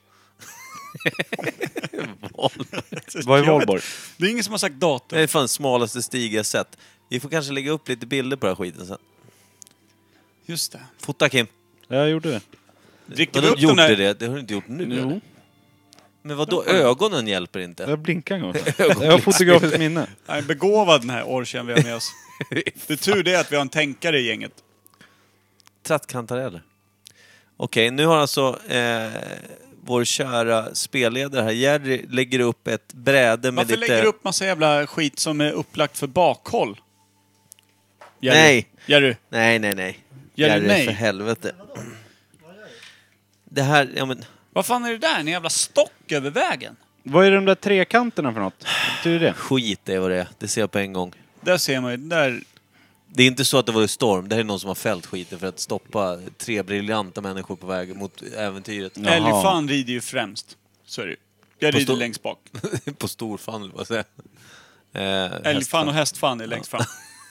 Vad är Valborg? Det är ingen som har sagt Det datum. är fan smalaste stig jag sett. Vi får kanske lägga upp lite bilder på den här skiten sen. Just det. Fota Kim. Jag gjorde det. Dricker vi Vadå upp den gjorde där? det? Det har du inte gjort nu eller? Jo, Men vadå, ögonen hjälper inte? jag blinkade en gång. Jag har fotografiskt minne. Han är begåvad den här orchen vi har med oss. Det är tur det att vi har en tänkare i gänget. Trattkantareller. Okej, nu har alltså eh, vår kära spelledare här, Jerry, lägger upp ett bräde med Varför lite... lägger du upp massa jävla skit som är upplagt för bakhåll? Jerry. Nej. Jerry. Nej, nej, nej. Jerry, Jerry, nej. för helvete. Det här, ja men... Vad fan är det där? En jävla stock över vägen? Vad är de där trekanterna för något? Vad är det? Skit är vad det är. Det ser jag på en gång. Där ser man ju, där... Det är inte så att det var en storm. Det här är någon som har fällt skiten för att stoppa tre briljanta människor på väg mot äventyret. Jaha. Älgfan rider ju främst. Så är det ju. Jag På rider stor- längst bak. på storfan, eller vad säger jag? Eh, Älgfan och hästfan är längst fram.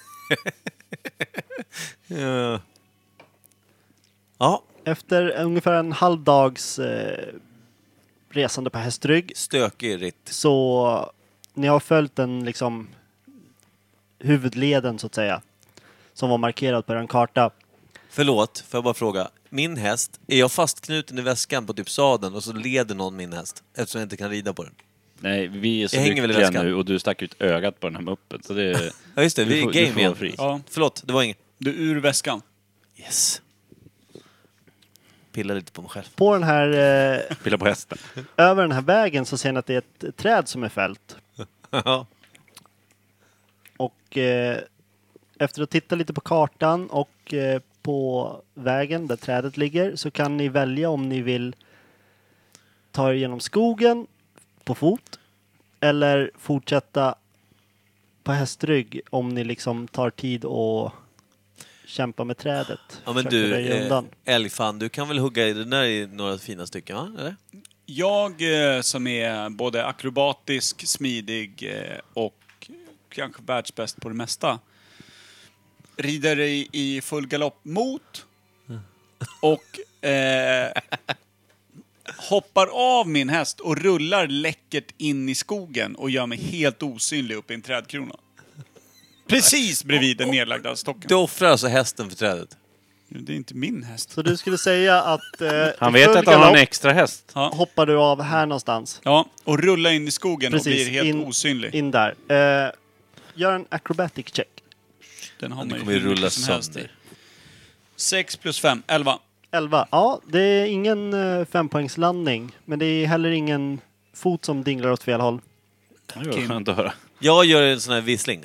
Ja. Ja, Efter ungefär en halv dags eh, resande på hästrygg stökig ritt. så ni har följt den liksom huvudleden så att säga som var markerad på en karta. Förlåt, får jag bara fråga. Min häst, är jag fastknuten i väskan på typ sadeln och så leder någon min häst eftersom jag inte kan rida på den? Nej, vi är så Jag hänger väl i lyckliga väskan. nu och du stack ut ögat på den här muppen. Så det, Ja just det, vi Du är får- du game får igen. vara fri. Ja, Förlåt, det var inget. du är ur väskan. Yes. Pilla lite på mig själv. På den här, eh, pilla på hästen. över den här vägen så ser ni att det är ett träd som är fällt. Ja. Och eh, efter att titta lite på kartan och eh, på vägen där trädet ligger så kan ni välja om ni vill ta er genom skogen på fot eller fortsätta på hästrygg om ni liksom tar tid och kämpa med trädet. Ja men Försöker du, röja eh, undan. älgfan, du kan väl hugga i den där i några fina stycken, va? Eller? Jag eh, som är både akrobatisk, smidig eh, och kanske världsbäst på det mesta. Rider i, i full galopp mot och eh, hoppar av min häst och rullar läckert in i skogen och gör mig helt osynlig upp i en trädkrona. Precis bredvid den nedlagda stocken. Du offrar alltså hästen för trädet? Det är inte min häst. Så du skulle säga att eh, Han i vet full att han har en galopp extra häst. Ja. hoppar du av här någonstans. Ja, och rulla in i skogen Precis, och blir helt in- osynlig. In där. Eh, gör en acrobatic check. Den har Den man kommer ju hur mycket rulla som helst i. sönder. sex plus fem, elva. elva. Ja, det är ingen eh, fempoängslandning. Men det är heller ingen fot som dinglar åt fel håll. Det var skönt att höra. Jag gör en sån här vissling.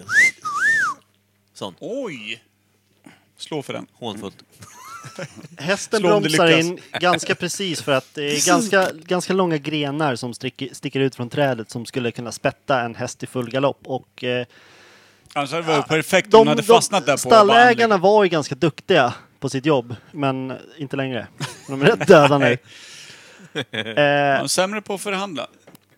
Sån, Oj! Slå för den. hånfullt. Hästen Slå om det bromsar lyckas. in ganska precis för att det är ganska, ganska långa grenar som sticker, sticker ut från trädet som skulle kunna spätta en häst i full galopp. Och, eh, Annars hade det varit perfekt om de, de hade de fastnat där på stallägarna var ju ganska duktiga på sitt jobb, men inte längre. De är rätt döda nu. De Eh, är sämre på att förhandla.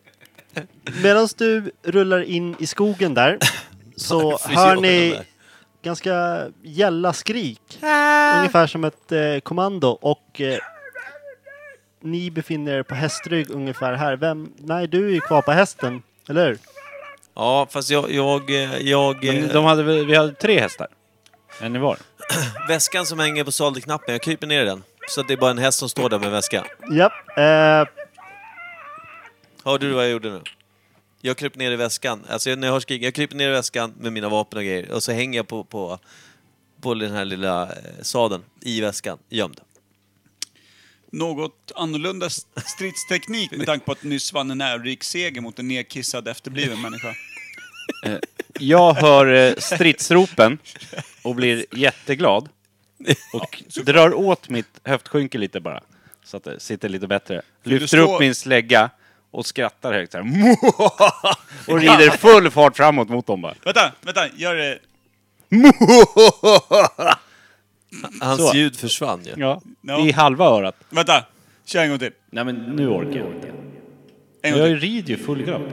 Medan du rullar in i skogen där så Varför hör gör ni de det? ganska gälla skrik. Ungefär som ett eh, kommando. Och eh, ni befinner er på hästrygg ungefär här. Vem? Nej, du är ju kvar på hästen, eller hur? Ja, fast jag... jag, eh, jag Men eh, de hade, väl- vi hade tre hästar. En i var. Väskan som hänger på sadelknappen, jag kryper ner i den. Så att det är bara en häst som står där med väska. Japp. Eh, Hörde du vad jag gjorde nu? Jag kryper ner i väskan. Alltså när jag har skrik, jag kryper ner i väskan med mina vapen och grejer. Och så hänger jag på, på, på den här lilla eh, sadeln i väskan, gömd. Något annorlunda stridsteknik med tanke på att nyss vann en ärorik seger mot en nedkissad efterbliven människa. Jag hör eh, stridsropen och blir jätteglad. Och drar åt mitt höftskynke lite bara. Så att det sitter lite bättre. Lyfter slå- upp min slägga och skrattar högt så här. Och rider full fart framåt mot dem bara. Vänta, vänta, gör det... Hans Så. ljud försvann ju. Ja, Ja. i halva örat. Vänta, kör en gång till. Nej men nu orkar jag inte. En gång Jag till. rider ju full galopp.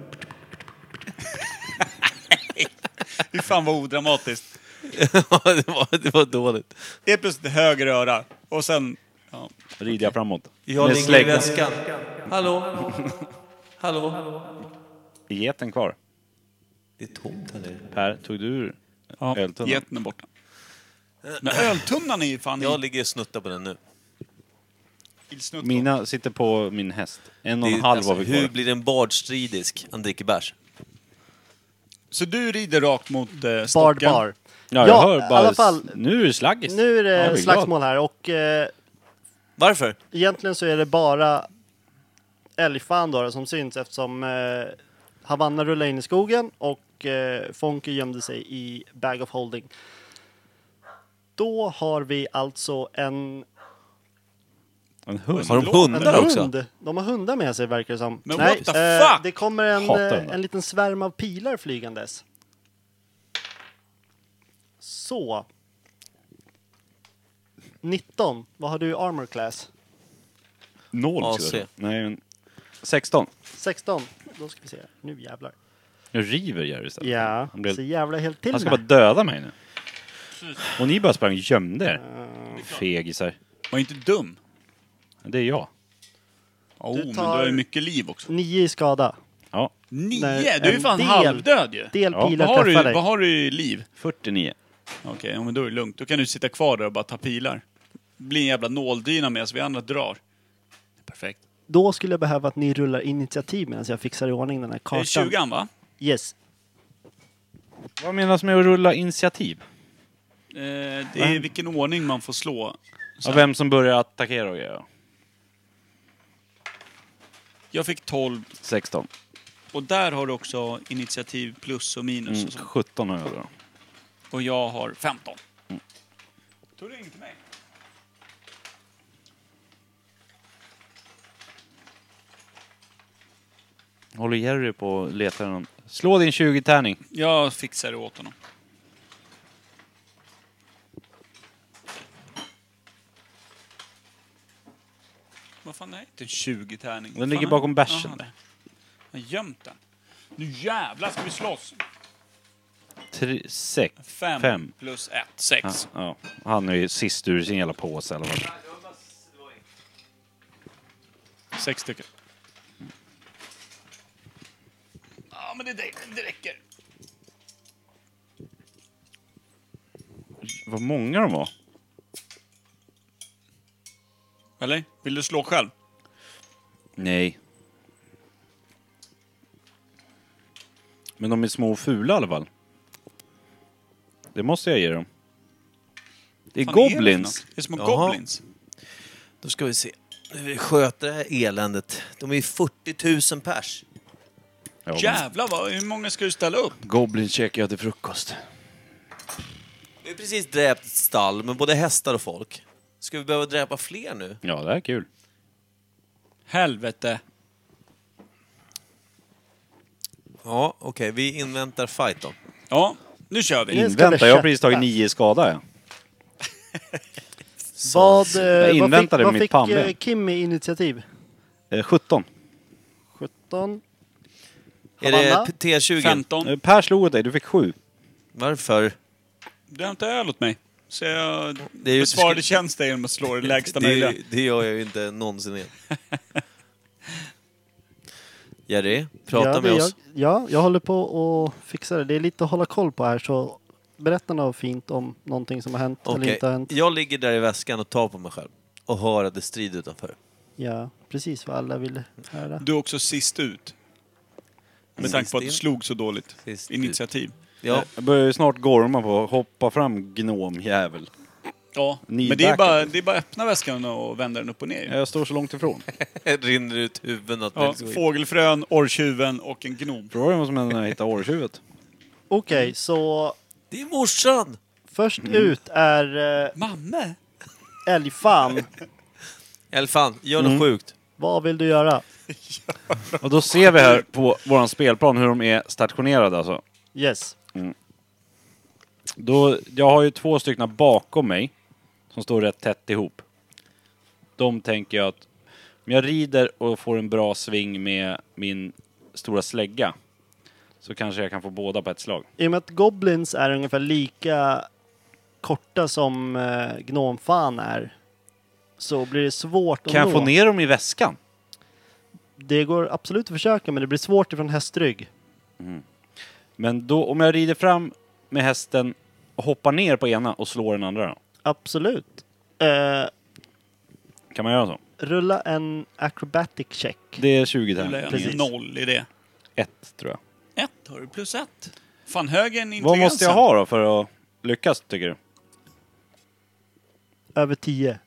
Fy fan vad odramatiskt. det, var, det var dåligt. Helt plötsligt höger öra. Och sen... Ja. Rider jag framåt. Jag Med ligger i släggan. väskan. Hallå? Hallå? Är geten kvar? Det är tomt här nere. Per, tog du ur Ja, öltunnan? geten är borta. Men öltunnan är ju fan Jag i ligger och snuttar på den nu. illsnutt. Mina sitter på min häst. En och Det en är, halv alltså, var vi hur kvar. blir en bardstridisk? Han dricker bärs. Så du rider rakt mot eh, Bard stocken. bar. Ja, jag Ja, hör i bara... alla fall- Nu är det slaggis. Nu är Ja, jag det blir slagsmål här och eh, Varför? egentligen så är det bara älgfan då som syns eftersom eh, Havanna rullar in i skogen och eh, Fonky gömde sig i Bag of Holding. Då har vi alltså en... En hund. Har de Låter hundar En också? hund. De har hundar med sig verkar det som. Men Nej, what the eh, fuck? det kommer en, Hatar eh, hundar. en liten svärm av pilar flygandes. Så. nitton. Vad har du i armor class? Noll. A skulle C. jag säga. Nej, men sexton. sexton. Då ska vi se. Nu jävlar. Nu river Jerry istället. Ja, Han blev- så jävla helt till Han ska mig. bara döda mig nu. Och ni bara sprang och gömde er. Fegisar. Var inte dum. Det är jag. Oh, Du men tar- du har ju mycket liv också. Nio i skada. Ja, Nio? Nej, du är ju en fan del- halvdöd ju. Del Ja, pilar Vad har, träffar du, dig. vad har du i liv? fyrtionio. Okej, ja, men då är det lugnt. Då kan du sitta kvar där och bara ta pilar. Det blir en jävla nåldyna med så vi andra drar. Perfekt. Då skulle jag behöva att ni rullar initiativ medan jag fixar i ordning den här Det är kartan. tjugo va? Yes. Vad menas med att rulla initiativ? Eh, det är vilken ordning man får slå. Ja, vem som börjar attackera och grejer. Jag fick tolv sexton. och där har du också initiativ plus och minus Mm, och så. sjutton har jag då. Och jag har femton. Tog du inget till mig? Håller Jerry på och letar någon. Slå din tjugo-tärning. Jag fixar det åt honom. Vad fan är det? En tjugo-tärning. Den Vad ligger fan bakom är- bärsen Jaha, där. Jag har gömt den. Nu jävlar ska vi slåss. Tre, sex. Fem, Fem. plus ett, Ja, sex. ja. Han är ju sist ur sin jävla påse eller vad. Sex stycken. Ja, men det, det räcker. Vad många de var. Eller? Vill du slå själv? Nej. Men de är små och fula i alla fall. Det måste jag ge dem. Det är Fan, är det för goblins. något? Det är små Jaha. goblins. Då ska vi se. Vi sköter det här eländet. De är ju fyrtio tusen pers. Ja, men Jävlar, vad, hur många ska du ställa upp? goblins käkar jag till frukost. Vi har precis dräpt ett stall med både hästar och folk. Ska vi behöva dräpa fler nu? Ja, det här är kul. Helvete. Ja, okej. Vi inväntar fight då. Ja, nu kör vi. Nu ska Invänta, det jag har precis köttas. tagit nio i skada. Ja. Vad, eh, Jag vad fick, inväntade vad mitt fick pannben. eh, Kim i initiativ? Eh, sjutton. sjutton. Är Havanna? det T tjugo? femton. Eh, Per slog åt dig, du fick sju. Varför? Du har inte öl åt mig. Så jag Det är ju- besvarade tjänsten genom att slå det lägsta möjliga. Det, det gör jag ju inte någonsin igen. Jerry, prata ja, det med är oss. Jag, ja, jag håller på och fixar det. Det är lite att hålla koll på här, så berätta något fint om någonting som har hänt eller Okej, inte har hänt. jag ligger där i väskan och tar på mig själv. Och hör att det strider utanför. Ja, precis vad alla ville höra. Du är också sist ut. Med tanke på att du slog så dåligt. Sist ut. Initiativ. Ja, Jag börjar ju snart gorma på att hoppa fram gnomjävel. Ja, Ni men det är, backar. bara, det är bara att öppna väskan och vända den upp och ner. Jag står så långt ifrån. rinner ut huvuden att Ja, det ja, fågelfrön, orrtjuven och en gnom. Frågan är vad som händer när jag hittar årtjuvet. Okej, så Det är morsan! först Mm. ut är eh, Mamme? älgfan. Eller fan, gör Mm. något sjukt. Vad vill du göra? Och då ser vi här på våran spelplan hur de är stationerade alltså. Yes. Då, jag har ju två stycken bakom mig som står rätt tätt ihop. De tänker jag att om jag rider och får en bra sving med min stora slägga så kanske jag kan få båda på ett slag. I och med att goblins är ungefär lika korta som eh, gnomfan är, så blir det svårt att Kan jag nå. få ner dem i väskan? Det går absolut att försöka, men det blir svårt ifrån hästrygg. Men då, om jag rider fram med hästen och hoppar ner på ena och slår den andra då? Absolut. Eh, Kan man göra så? rulla en acrobatic check. Det är tjugo Du lär tärningar. Precis. noll i det. Ett tror jag. Ett har du, plus ett. Fan, högre än Vad intelligensen. måste jag ha då för att lyckas tycker du? Över tio.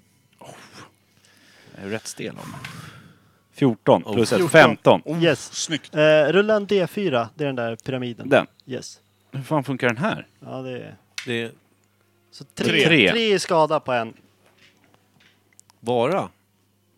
Jag är rätt stel om mig. fjorton plus ett, fjorton. femton. Yes. Snyggt. Eh, rulla en D fyra. Det är den där pyramiden. Den. Yes. Hur fan funkar den här? Ja, det är... Det är Så tre, Tre. tre. Tre. i skada på en. bara.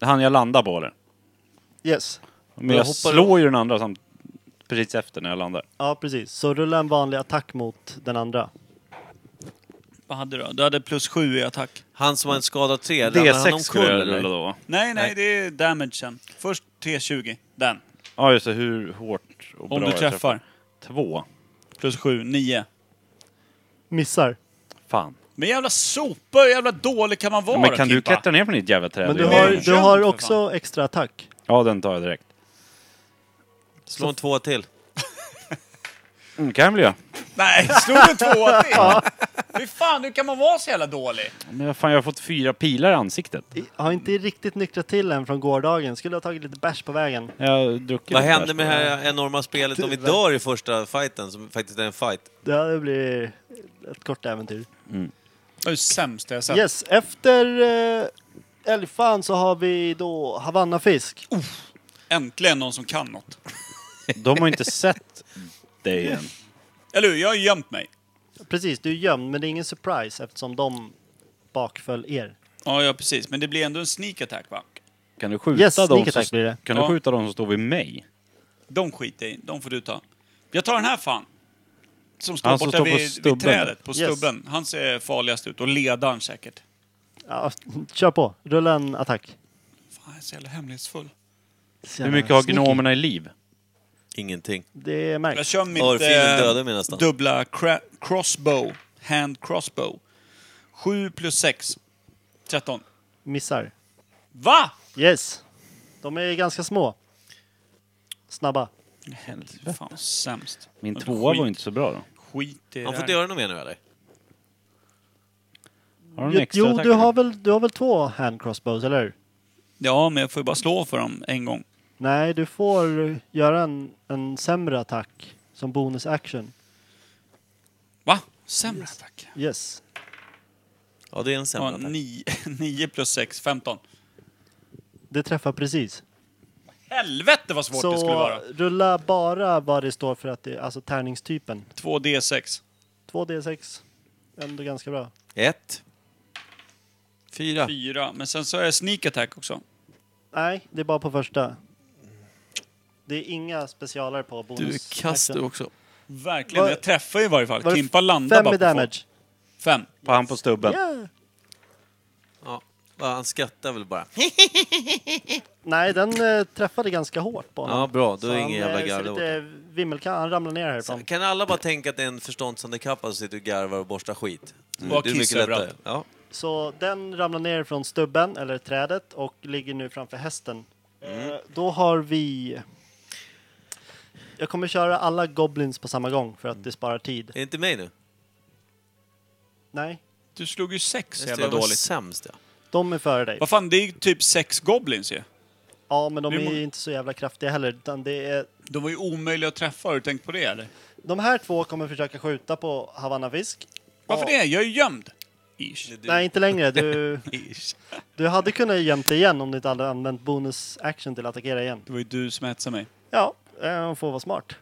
Han jag landar på eller? Yes. Men Jag jag hoppar- slår ju den andra samt precis efter när jag landar. Ja, precis. Så rulla en vanlig attack mot den andra. Vad hade du då? Du hade plus sju i attack. Han som har en skada tre, D landar han sex omkull skulle jag eller? rulla då va? Nej, nej, Nej. det är damagen. Först T tjugo. Den. Ja just det, hur hårt och Om bra du jag träffar. Två. Plus sju, nio. Missar. Fan. Men jävla sopa, jävla dålig kan man vara Men kan då, du Kimpa? klättra ner från ditt jävla träd? Men du Det är har, ju du gömd, har för också extra attack. Ja, den tar jag direkt. Slå en två till. Mm, kan jag bli. Nej, slog du två till? Fy fan, hur kan man vara så jävla dålig? Men fan, jag har fått fyra pilar i ansiktet. I- Har inte riktigt nyktrat till än från gårdagen. Skulle ha tagit lite bärs på vägen. Jag har druckit Vad lite händer bärs med på det det. här enorma spelet om vi Tyvärr. dör i första fighten, som faktiskt är en fight? Ja, det blir ett kort äventyr. Det var ju sämst jag sett. Yes, efter eh, älgfan så har vi då Havanna-fisk. Äntligen någon som kan något. De har inte sett dig än. Eller hur? Jag har gömt mig. Precis, du är gömd, men det är ingen surprise eftersom de bakföll er. Ja, ja, precis. Men det blir ändå en sneak attack, va? Kan du skjuta Yes, dem sneak som, attack blir det. kan Ja. du skjuta dem som står vid mig? De skiter i. De får du ta. Jag tar den här fan. Som står Han som borta står på vid, stubben. vid trädet, på Yes. stubben. Han ser farligast ut. Och ledaren säkert. Ja, kör på. Rulla en attack. Fan, jag är så jävla hemlighetsfull. Så Hur jävla mycket har sneaky. gnomerna i liv? Ingenting. Det är Jag märkt. kör mitt Örfilen eh, dödar mig nästan. dubbla cra- crossbow. Hand crossbow. sju plus sex. tretton. Missar. Va? Yes. De är ganska små. Snabba. Helvete. Fan, sämst. Min Men tvåa skit- var inte så bra då. Skit i det Han får här. inte göra något mer nu eller? Har du en Jo, extra jo attack, du, eller? har väl, du har väl två hand crossbows, eller hur? Ja, men jag får ju bara slå för dem en gång. Nej, du får göra en, en sämre attack som bonus action. Va? Sämre attack? Yes. Ja, det är en Ja, sämre attack. nio, nio plus sex, femton. Det träffar precis. Helvete vad svårt Så det skulle vara. rulla bara vad det står för att det alltså tärningstypen. två D sex. två D sex. Ändå ganska bra. Ett. Fyra. Fyra. Men sen så är det sneak attack också. Nej, det är bara på första. Det är inga specialare på bonus. Du är kass du action. också. Verkligen. Var- Men jag träffar ju i varje fall. Var det Kimpa landar Fem bara i på folk. damage. Fem. På han på stubben. Yeah. Ja. Ja, han skrattar väl bara. Nej, den eh, träffade ganska hårt på honom. Ja, bra. Då är Så ingen han, jävla eh, garv ser där lite vimmelkan. Han ramlar ner härifrån. Kan alla bara tänka att det är en förståndshandikappad som sitter och garvar och borstar skit? Och har det är kiss mycket lättare. överallt. Ja. Så den ramlar ner från stubben, eller trädet, och ligger nu framför hästen. Eh, då har vi... Jag kommer köra alla goblins på samma gång för att det sparar tid. Är det inte mig nu? Nej, Du slog ju sex Just det, jävla jag var dåligt. sämst ja. de är före dig. Vad fan, det är ju typ sex goblins ju. Ja, men de Det är är må- ju inte så jävla kraftiga heller. Utan det är... De var ju omöjliga att träffa. Har du tänkt på det eller? De här två kommer försöka skjuta på Havanna-fisk. Varför Ja. det? Jag är ju gömd. Ish. Du- Nej, inte längre. Du, Ish. du hade kunnat gömt dig igen om du inte hade använt bonus action till att attackera igen. Det var ju du som hetsade mig. Ja, eh, får vara smart.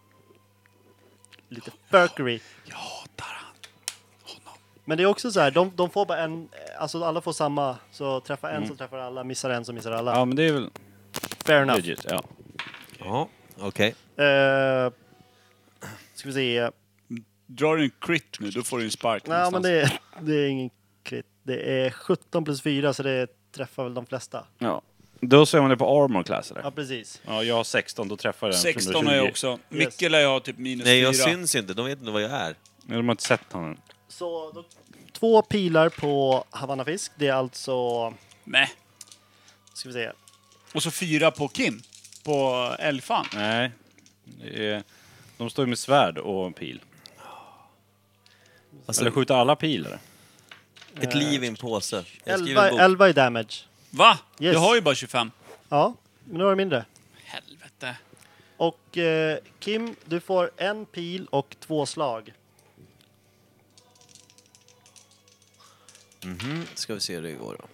Lite furkery. Jag hatar han. Honom. Men det är också så här, de, de får bara en, alltså alla får samma, så träffar en så träffar alla, missar en så missar alla. Ja, men det är väl Fair enough. legit. Ja. Ja, okej. Uh, ska vi se. Drar du en crit nu, då får du en spark Nej, men någonstans. det är, det är ingen crit. Det är sjutton plus fyra, så det träffar väl de flesta. ja. Då ser man det på armor class eller? Ja, precis. Ja, jag har sexton, då träffar jag den. sexton har jag också. Micke lär jag ha typ minus Nej, jag fyra. syns inte. De vet inte vad jag är. Ja, de har inte sett honom. Så då, två pilar på Havanna-fisk. Det är alltså, Nej. ska vi se. Och så fyra på Kim. På Elfan. Nej. Det är, de står ju med svärd och pil. Alltså, Eller skjuta alla pilar. ett liv i en påse. Jag skriver en elva, bok. elva i damage. Va? Yes. Du har ju bara tjugofem. Ja, men nu var det mindre. Helvete. Och eh, Kim, du får en pil och två slag. Mhm, ska vi se hur det går då.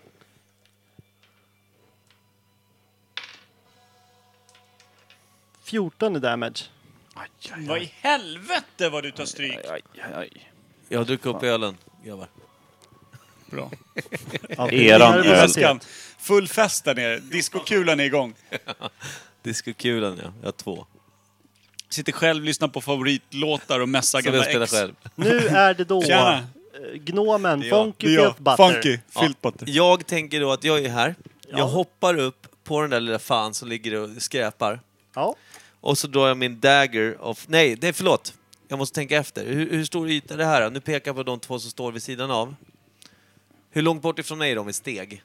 fjorton i damage. Aj, aj, Vad i helvete vad du tar stryk. aj, aj, aj. Jag har druckit upp ölen, grabbar. bra. Ja, Eran det I är öl. väskan. Full fest där nere. Diskokulan är igång. Diskokulan, ja. Jag har två. Sitter själv, lyssnar på favoritlåtar och mässar Som jag gamla spelar ex. själv. Nu är det då Tjena. eh, Gnomen, Det är jag. Funky Det är jag. Filt Butter. Funky. Ja. Filtbutter. Jag tänker då att jag är här. Ja. Jag hoppar upp på den där lilla fan som ligger och skräpar. Ja. Och så drar jag min dagger of... Nej, nej förlåt. Jag måste tänka efter. Hur, hur stor yta är det här då? Nu pekar jag på de två som står vid sidan av. Hur långt bort ifrån mig är de i steg?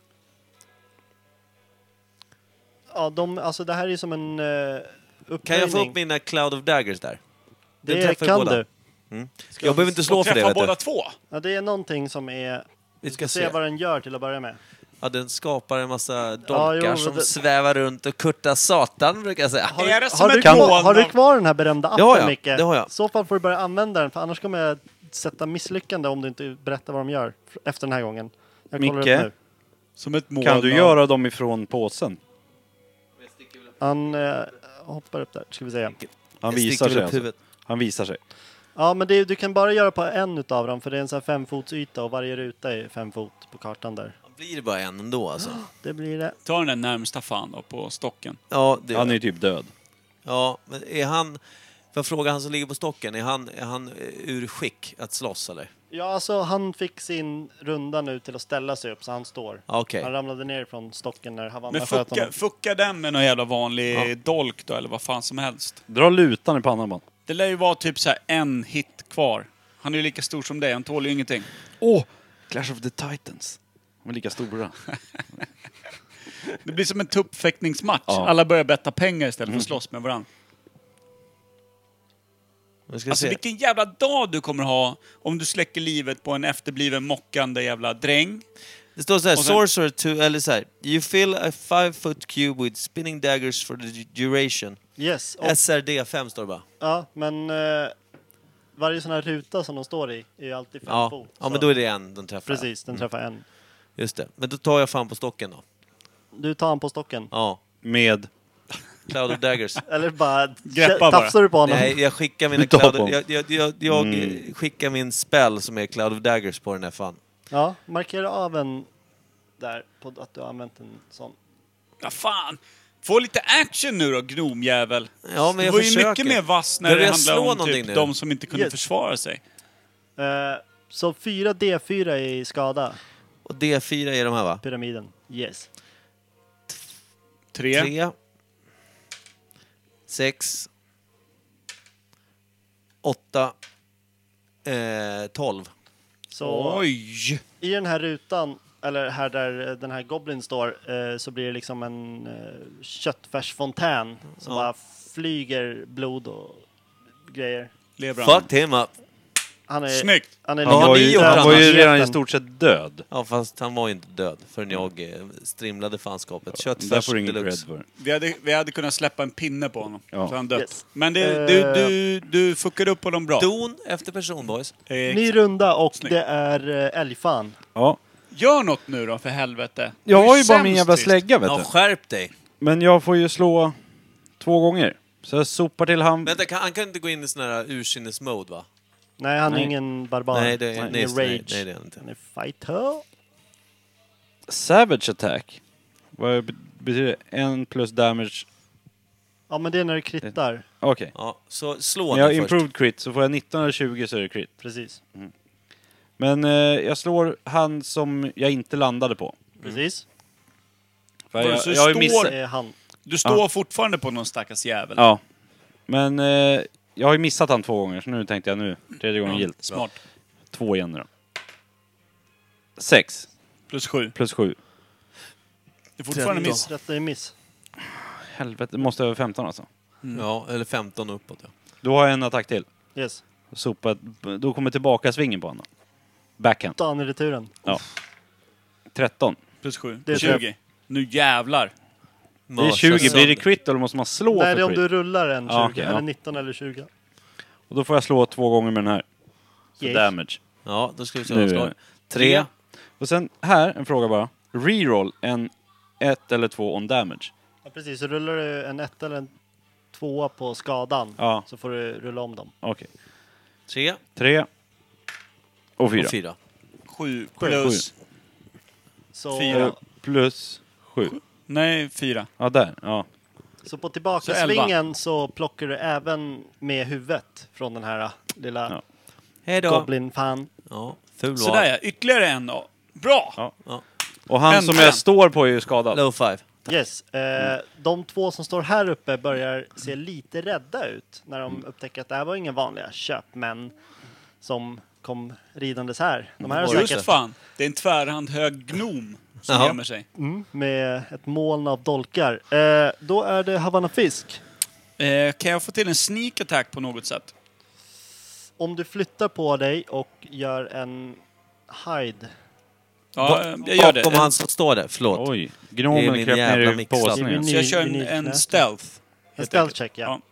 Ja, de, alltså det här är som en uh, upphöjning. Kan jag få upp mina Cloud of Daggers där? Den Det träffar ju kan båda. du. Jag behöver inte slå Och för det, träffa vet båda du. två. Ja, det är någonting som är... Vi Vi ska ska se. se vad den gör till att börja med. Ja, den skapar en massa dolkar Ja, jo, men som det- svävar runt och kurtar satan, brukar jag säga. Har, är det Har som du, ett kvar, moln har du av- kvar den här berömda appen, Det har jag, Micke? det har jag. I så fall får du börja använda den, för annars kommer jag sätta misslyckande om du inte berättar vad de gör efter den här gången. Jag kollar Micke? upp nu. Som ett moln Kan du av- göra dem ifrån påsen? Han eh, hoppar upp där, ska vi se. Han Jag visar sticker sig upp alltså. huvudet. Han visar sig. Ja, men det, du kan bara göra på en utav dem, för det är en sån här femfotsyta och varje ruta är fem fot på kartan där. Blir det bara en ändå alltså? Det blir det. Ta den där närmsta fan då, på stocken. Ja, det Han är ju typ död. Ja, men är han... Får jag fråga han som ligger på stocken, är han, är han eh, ur skick att slåss eller? Ja, alltså han fick sin runda nu till att ställa sig upp, så han står. Ja, okej. Han ramlade ner från stocken när Havanna Men sköt fucka, honom. fucka den med någon jävla vanlig Ja. dolk då, eller vad fan som helst. Dra lutan i pannan bara. Det lär ju vara typ så här en hit kvar. Han är ju lika stor som dig, han tål ju ingenting. Åh! Clash of the Titans. De är lika stora. Det blir som en tuppfäktningsmatch. Ja. Alla börjar betta pengar istället för att slåss med varandra. Nu ska vi Alltså se. vilken jävla dag du kommer ha om du släcker livet på en efterbliven mockande jävla dräng. Det står så här, Och sen- sorcerer to, eller så här, you fill a five foot cube with spinning daggers for the duration. Yes, och, S R D fem står det bara. ja, men eh, varje sån här ruta som de står i är ju alltid fem Ja, fot. ja så- men då är det en den träffar. Precis, den träffar en. Just det. Men då tar jag fan på stocken då. Du tar han på stocken. Ja. Med... Cloud of daggers. Eller bara Greppa bara. tafsar du på honom. Nej, jag skickar mina Du tar cloud på. of, jag, jag, jag, jag Mm. skickar min spell som är Cloud of daggers på den här fan. Ja, markera av en där på att du har använt en sån. Ja fan! Få lite action nu då, gnomjävel. Ja, men det jag var ju försöker. mycket mer vass när Behöver det jag handlade slå om någonting typ nu? de som inte kunde Yes. försvara sig. Eh, så fyra D fyra i skada, Och D fyra är de här va? pyramiden. Yes. Tre. Tre. Sex. Åtta. Eh, tolv. Så Oj! i den här rutan, eller här där den här Goblin står, eh, så blir det liksom en eh, köttfärsfontän som Ja. bara flyger blod och grejer. Lever han? Fucked him up. Han är, Snyggt! han är Ja, Han har var ni ju, gjort han annars? var ju redan i Jätten. stort sett död. Ja, fast han var ju inte död förrän jag eh, strimlade fanskapet. Där Köttfärs får du ingen cred deluxe. för. Vi hade, vi hade kunnat släppa en pinne på honom. Ja. Så han dött. Yes. Men det, Eh. du, du, du fuckade upp honom bra. Don efter person, boys. Eh, ny runda och Snyggt. det är eh, älgfan. Ja. Gör något nu då, för helvete. Jag Du är har ju bara min sämst jävla sist. slägga vet Ja, du. skärp dig. Men jag får ju slå två gånger. Så jag sopar till han... Vänta, kan, han kan inte gå in i sån här ursinnes-mode va? Nej, han är Nej. ingen barbar. Nej, det är, han nej, är nej, rage. nej, det är han inte. Han är fighter. Savage attack. Vad be- betyder det? En plus damage. Ja, men det är när du krittar. Okej. Ja, så slå När jag har nu först. improved crit så får jag nitton eller tjugo så är det crit. Precis. Men eh, jag slår han som jag inte landade på. Precis. För Var jag, det så jag har ju står- missat... Det är han. Du står Ja. fortfarande på någon stackars jävel. Ja. Men eh, jag har ju missat han två gånger så nu tänkte jag nu. Tredje gången gillt. Smart. Två igen nu då. Sex Plus sju. plus sju. Det är fortfarande Tretton. miss. Detta är miss. Helvete, det måste över femton alltså. Ja, eller femton uppåt ja. Då har jag en attack till. Yes. Sopa, då kommer tillbaka svingen på honom. Backhand. Dan i returen. Ja. tretton. Plus sju. Det är tjugo. Nu jävlar. Det är tjugo. Blir det crit eller måste man slå Nej, det är för om crit? du rullar en tjugo. Ja, okej, eller ja. nitton eller tjugo. Och då får jag slå två gånger med den här. Så Yes. damage. Ja, då ska vi se Nu vad är jag det slår. tre. Och sen här, en fråga bara. Reroll en ett eller två on damage. Ja, precis. Så rullar du en ett eller en tvåa på skadan, Ja. så får du rulla om dem. Okej. Tre Tre. Och fyra. och fyra. Sju Sju. plus Så, Fyra. Plus sju. Nej, fyra. Ja, där. Ja. så på Så tillbakasvingen så, plockar du även med huvudet från den här lilla Ja. Hej då. Goblin-fan. Ja, ful Sådär var. ja, ytterligare en då. Bra! Ja. Ja. Och han som Äntligen. jag står på är ju skadad. Low five. Yes. Eh, de två som står här uppe börjar se lite rädda ut när de upptäcker att det här var inga vanliga köpmän som kom ridandes här. De här har Just Just säkert fan, det är en tvärhand hög gnom som Jaha. gömmer sig. mm, med ett moln av dolkar. Eh, då är det Havana Fisk. Eh, kan jag få till en sneak attack på något sätt? Om du flyttar på dig och gör en hide. Ja, eh, jag gör det. Bakom En, han som står där, förlåt. Oj, Det är gnomen min kröp ner jävla i mixad. påsen Det är igen. så jag kör en, Unik- en unik- stealth. En helt stealth enkelt. check, ja. Ja.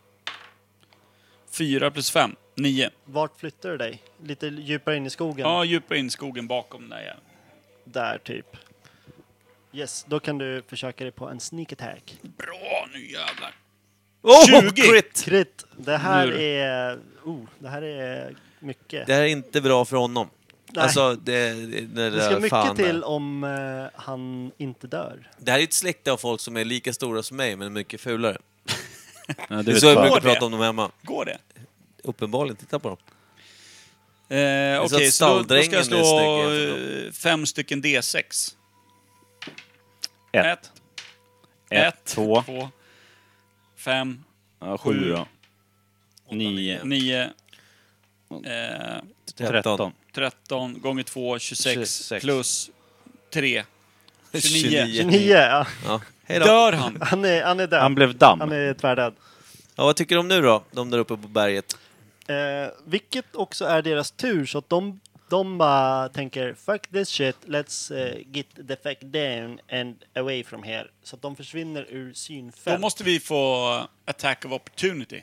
Fyra plus fem, nio. Vart flyttar du dig? Lite djupare in i skogen? Ja, djupare in i skogen bakom där jäveln. Där typ. Yes, då kan du försöka dig på en sneak attack. Bra, nu jävlar. Oh, tjugo! crit! Crit. Det här Nu. är... Oh, det här är mycket. Det här är inte bra för honom. Nej. Alltså, det, det, det, Det ska där mycket fan till där. om eh, han inte dör. Det här är ett släkte av folk som är lika stora som mig, men mycket fulare. Ja, Det är vet så jag fan. brukar Går det? prata om dem hemma. Går det? Uppenbarligen, titta på dem. Eh, så Okej, att så då, då ska stalldrängen jag är slå snygg eh, fem stycken D sex. Ett. Ett. Ett, två, två, fem, ja, sju då. Nio, nio, eh, tretton. tretton gånger två, tjugosex, tjugosex. plus tre, tjugonio. tjugonio. tjugonio, ja. Ja. Hej då. Dör han? Han är, han är död. Han blev damm. Han är tvärdöd. Ja, vad tycker de nu då? De där uppe på berget. Eh, vilket också är deras tur, så att de, de bara tänker fuck this shit, let's eh, get the fuck down and away from here. Så att de försvinner ur Då synfält. måste vi få attack of opportunity.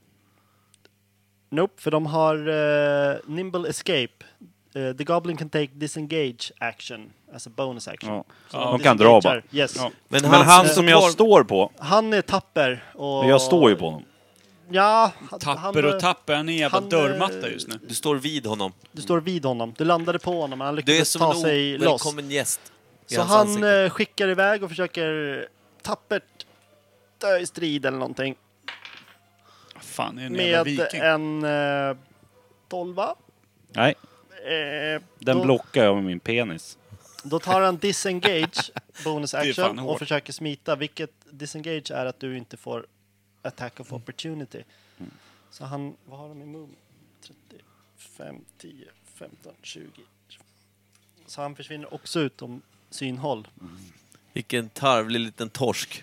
Nope, för de har eh, nimble escape. Eh, the goblin can take disengage action as a bonus action. Ja. Så Ja, de kan dra bara. disengagear. Yes. Ja. Men Men han eh, som jag kvar- står på, Han är tapper. Och, jag står ju på honom. Ja, han, Tapper han, och tapper, han är en jävla han, dörrmatta eh, just nu. Du står vid honom. Du står vid honom. Du landade på honom, men han Du är lyckades som ta en sig loss. ovälkommen gäst. i Så hans han ansikte. eh, skickar iväg och försöker tappert dö i strid eller någonting. Fan, det är en jävla Med viking. en eh, tolva. Nej, Eh, den då, blockar jag med min penis. då tar han disengage, bonus Det är fan action, hårt. och försöker smita. Vilket disengage är att du inte får attack of opportunity. Så han, vad har de i move? trettiofem, tio, femton, tjugo. Så han försvinner också utom synhåll. Vilken tarvlig liten torsk.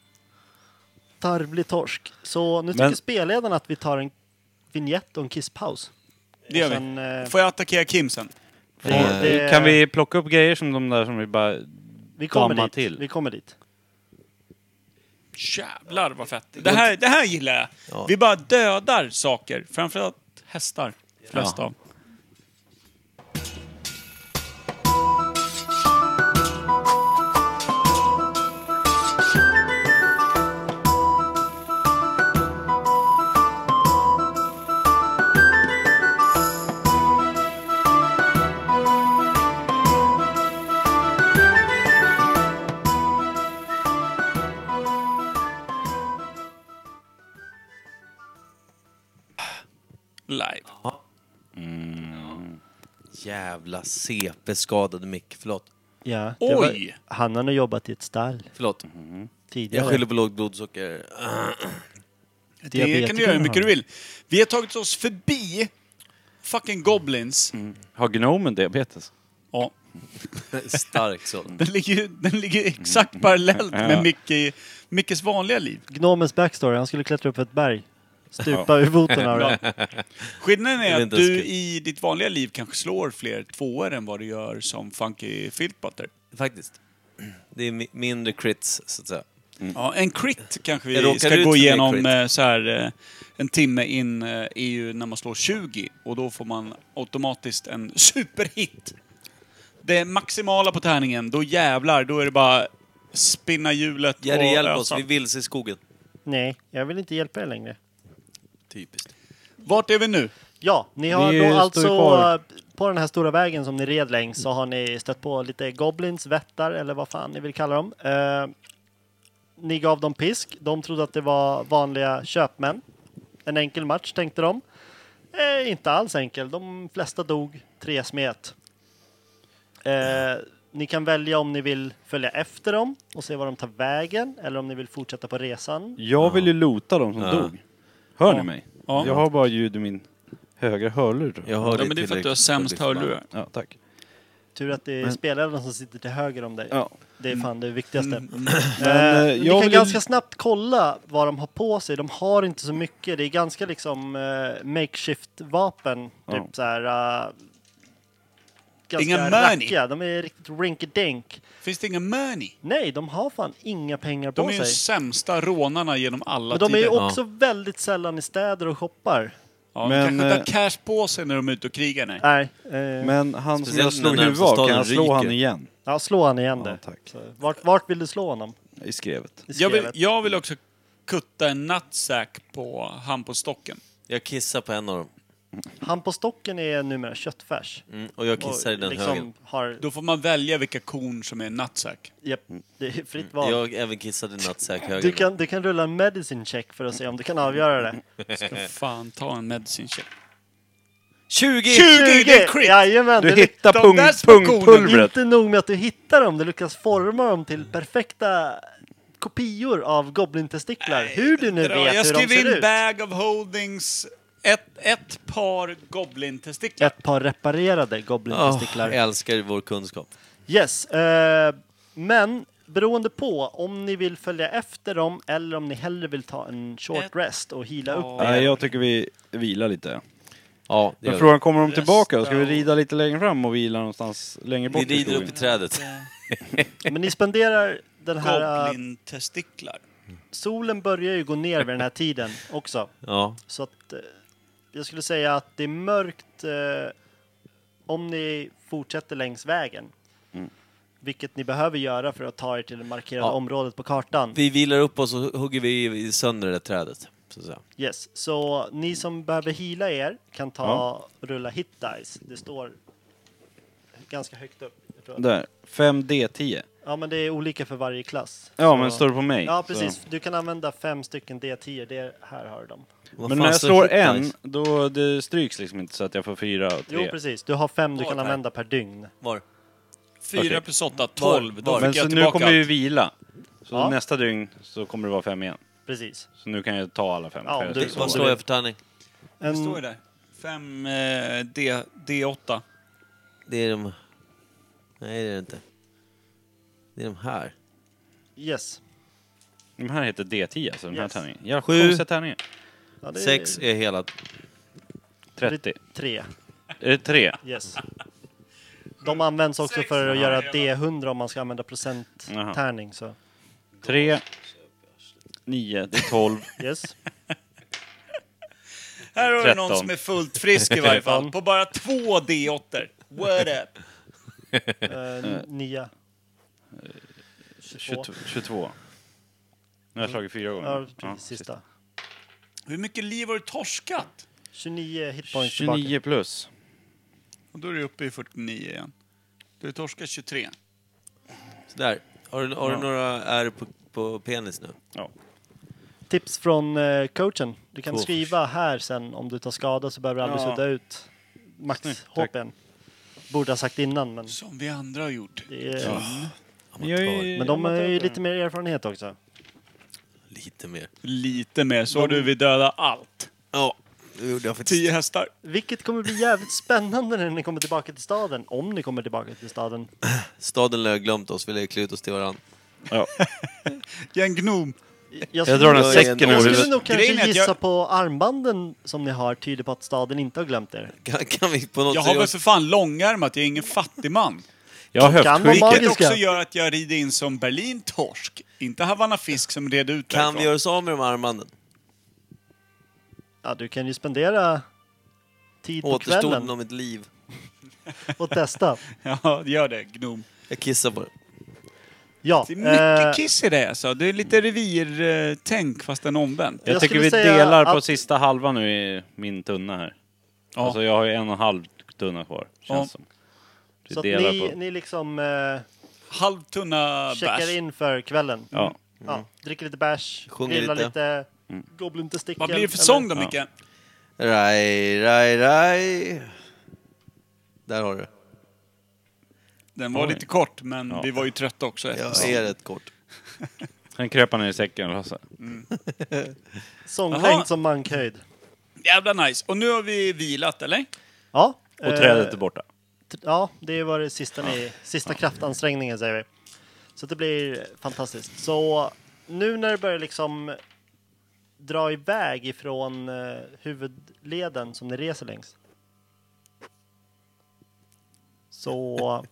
Tarvlig torsk. Så nu tycker Men- spelledaren att vi tar en vignett och en kisspaus. Det gör Och vi. sen, eh, Får jag attackera Kim sen? det- det- Kan vi plocka upp grejer som de där som vi bara... vi kommer damma dit. till? Vi kommer dit. Jävlar vad fett. Det här, det här gillar jag. Ja. Vi bara dödar saker. Framförallt hästar. Flesta Ja. av. Live. Jävla C P-skadade mick. Förlåt. Ja, det var, Oj! han har nog jobbat i ett stall Förlåt. tidigare. Jag skyller på lågt blodsocker. Det Diabetiker kan du göra hur har mycket han. du vill. Vi har tagit oss förbi fucking goblins. Har gnomen diabetes? Ja. Stark så. Den ligger, ju- den ligger exakt parallellt med Micke, Mickes vanliga liv. Gnomens backstory, han skulle klättra upp för ett berg. Stupa ur foten av det. Skillnaden Det är är att inte du skul. i ditt vanliga liv kanske slår fler tvåor än vad du gör som Funky Filtbutter. Faktiskt. Det är mi- mindre crits, så att säga. Ja, en crit kanske Jag vi råkar ska ut gå för igenom crit. eh, så här, eh, en timme in eh, är ju när man slår tjugo och då får man automatiskt en superhit. Det maximala på tärningen, då jävlar, då är det bara spinna hjulet Jerry, och hjälp oss. ösa. Vi vilse i skogen. Nej, jag vill inte hjälpa er längre. Typiskt. Vart är vi nu? Ja, ni har Vi då står alltså kvar. på den här stora vägen som ni red längs så har ni stött på lite goblins, vättar eller vad fan ni vill kalla dem. Eh, ni gav dem pisk. De trodde att det var vanliga köpmän. En enkel match tänkte de. Eh, inte alls enkel. De flesta dog tre smet. Eh, ni kan välja om ni vill följa efter dem och se var de tar vägen eller om ni vill fortsätta på resan. Jag vill ju lota de som Ja. dog. Hör Ja. ni mig? Ja. Jag har bara ljud i min högra hörlur. Jag hör Ja, men det är för att du har sämst hörlurar. Ja, tack. Tur att det är Men- spelaren som sitter till höger om dig. Ja. Det är fan det viktigaste. Mm. Men, Eh, eh, ni jag kan vill- ganska snabbt kolla vad de har på sig. De har inte så mycket. Det är ganska liksom eh, makeshift-vapen. Ja. Typ så här... Uh, ganska Inga money. rackiga. De är riktigt rinky-dink. Finns det ingen money? Nej, de har fan inga pengar på De är ju sig. sämsta rånarna genom alla Men de är ju tider. också väldigt sällan i städer och shoppar. Ja, Men, de kanske inte eh, har cash på sig när de är ute och krigar. Nej. Nej. Eh, Men han som Speciellt jag slog när huvudet närmsta av, kan staden jag slå ryker. han igen? ja, slå han igen Ja, det. tack. Så, vart, vart vill du slå honom? I skrevet. I Jag vill, skrevet. jag vill också kutta en nutsack på han på stocken. Jag kissar på en av dem. Han på stocken är numera köttfärs. Mm, och jag kissar i den liksom högen. har... Då får man välja vilka korn som är nutsack. Japp, det är fritt val. Jag även kissade i nattsäck-högen. Du kan, du kan rulla en medicine check för att se om du kan avgöra det. Ska fan ta en medicine check. tjugo! tjugo! Det är crit! Jajamän! Du det hittar de pung, där små kornen. pungpulvret. Inte nog med att du hittar dem, du lyckas forma dem till perfekta kopior av goblintestiklar. Hur du nu Dra, vet jag hur de skriver ser in ut. bag of holdings. Ett, ett par goblin-testiklar. Ett par reparerade Oh, goblintestiklar. jag älskar vår kunskap. Yes, eh, men beroende på om ni vill följa efter dem eller om ni hellre vill ta en short Ett- rest och heala upp Ja. er. Nej, jag tycker vi vilar lite. Ja, det Men gör frågan, kommer de Resta tillbaka? Ska vi och- rida lite längre fram och vila någonstans längre vi. bort? Vi i rider upp i skogen? trädet. Men ni spenderar den här... eh, Goblin-testiklar. solen börjar ju gå ner vid den här tiden också. Ja. Så att eh, jag skulle säga att det är mörkt eh, om ni fortsätter längs vägen. Mm. Vilket ni behöver göra för att ta er till det markerade Ja. området på kartan. Vi vilar upp oss och hugger vi sönder det trädet. Så att säga. Yes. Så ni som behöver heala er kan ta Ja. rulla hit dice. Det står ganska högt upp. Jag tror. Där, fem D tio. Ja, men det är olika för varje klass. Ja, Så- men står det på mig? Ja, så- precis. Du kan använda fem stycken D tio. Det här har du dem. Vad Men fan när jag står slår hit en, dice? då det stryks liksom inte så att jag får fyra och Jo, tre. precis. Du har fem du Var kan här? använda per dygn. Var? Fyra Okej. plus åtta, tolv. Då Var- fick Men så jag nu tillbaka kommer vi allt. vila. Så Ja. nästa dygn så kommer det vara fem igen. Precis. Så nu kan jag ta alla fem. Ja, för jag du- är Det, så- vad slår jag för tärning? Det står ju En, där. Fem eh, D, D åtta. Det är de... Nej, det är det inte. Det är de här. yes. De här heter D tio, alltså den här Yes. tärningen. Jävla Sju. konstiga tärningar. Ja, det är Sex är hela. trettio. Tre. Är det tre? Yes. De används också Sex för att var göra det. D hundra om man ska använda procenttärning. Så. Tre. Nio, det är tolv. Yes. Här har du tretton. någon som är fullt frisk i varje fall. På bara två D åtta. What up? Uh, nia. tjugotvå. tjugotvå. tjugotvå. Nu har jag slagit fyra gånger. Ja, precis. Sista. Hur mycket liv har du torskat? tjugonio hitpoints tjugonio tillbaka. plus. Och då är du uppe i fyrtionio igen. Du har torskat tjugotre. Så där. Har du, har du Ja. några ärr på, på penis nu? Ja. Tips från eh, coachen. Du kan Två. skriva här sen om du tar skada så behöver du aldrig Ja. sudda ut max Snyggt, H tack. P. Borde ha sagt innan, men Som vi andra har gjort. det är, Jag är- men de har ju amatör. lite mer erfarenhet också. Lite mer. Lite mer. Så du vi döda allt. Ja, det gjorde jag faktiskt. Tio hästar. Vilket kommer bli jävligt spännande när ni kommer tillbaka till staden. Om ni kommer tillbaka till staden. Staden lär ha glömt oss, vi lär klä ut oss till varandra. Ja. Jag är en gnom. Jag Jag drar den här Jag är en- säcken över Jag skulle huvudet. nog kanske Grejen är att gissa jag- på armbanden som ni har tyder på att staden inte har glömt er. Kan, kan vi på något Jag har väl sätt... för fan långärmat. Jag är ingen fattig man. Jag har Kan vara höftskicket. magisk. Vilket Magiska. också gör att jag rider in som Berlin-torsk. Inte Havanna Fisk som red ut Kan därifrån. vi göra oss av med de armbanden? Ja, du kan ju spendera tid på Återstoden kvällen av mitt liv. och testa. Ja, gör det, gnom. Jag kissar på det. Ja, Det är mycket eh, kiss i det alltså. Det är lite revirtänk fast en omvänt. Jag Jag tycker skulle vi säga delar på att- sista halvan nu i min tunna här. Ja. Alltså jag har ju en och en halv tunna kvar, känns Ja. som. Vi Så att delar ni, på. ni liksom eh, Halvtunna checkar bärs. in för kvällen. Ja. Ja, dricker lite bärs, Sjunger grillar lite. lite, Mm. goblin-testikel. Vad blir det för eller- sång då, Ja. Micke? Raj, raj, raj. Där har du det. Den var Oj. lite kort, men Ja. vi var ju trötta också efter. Jag är rätt kort. Sen kröp han ner i säcken och Lasse. Sånglängd Jaha. som mankhöjd. Jävla nice. Och nu har vi vilat, eller? Ja. Och eh, trädet är borta. t- Ja, det var det sista, ni, sista kraftansträngningen säger vi. Så det blir fantastiskt. Så nu när det börjar liksom dra iväg ifrån eh, huvudleden som ni reser längs. Så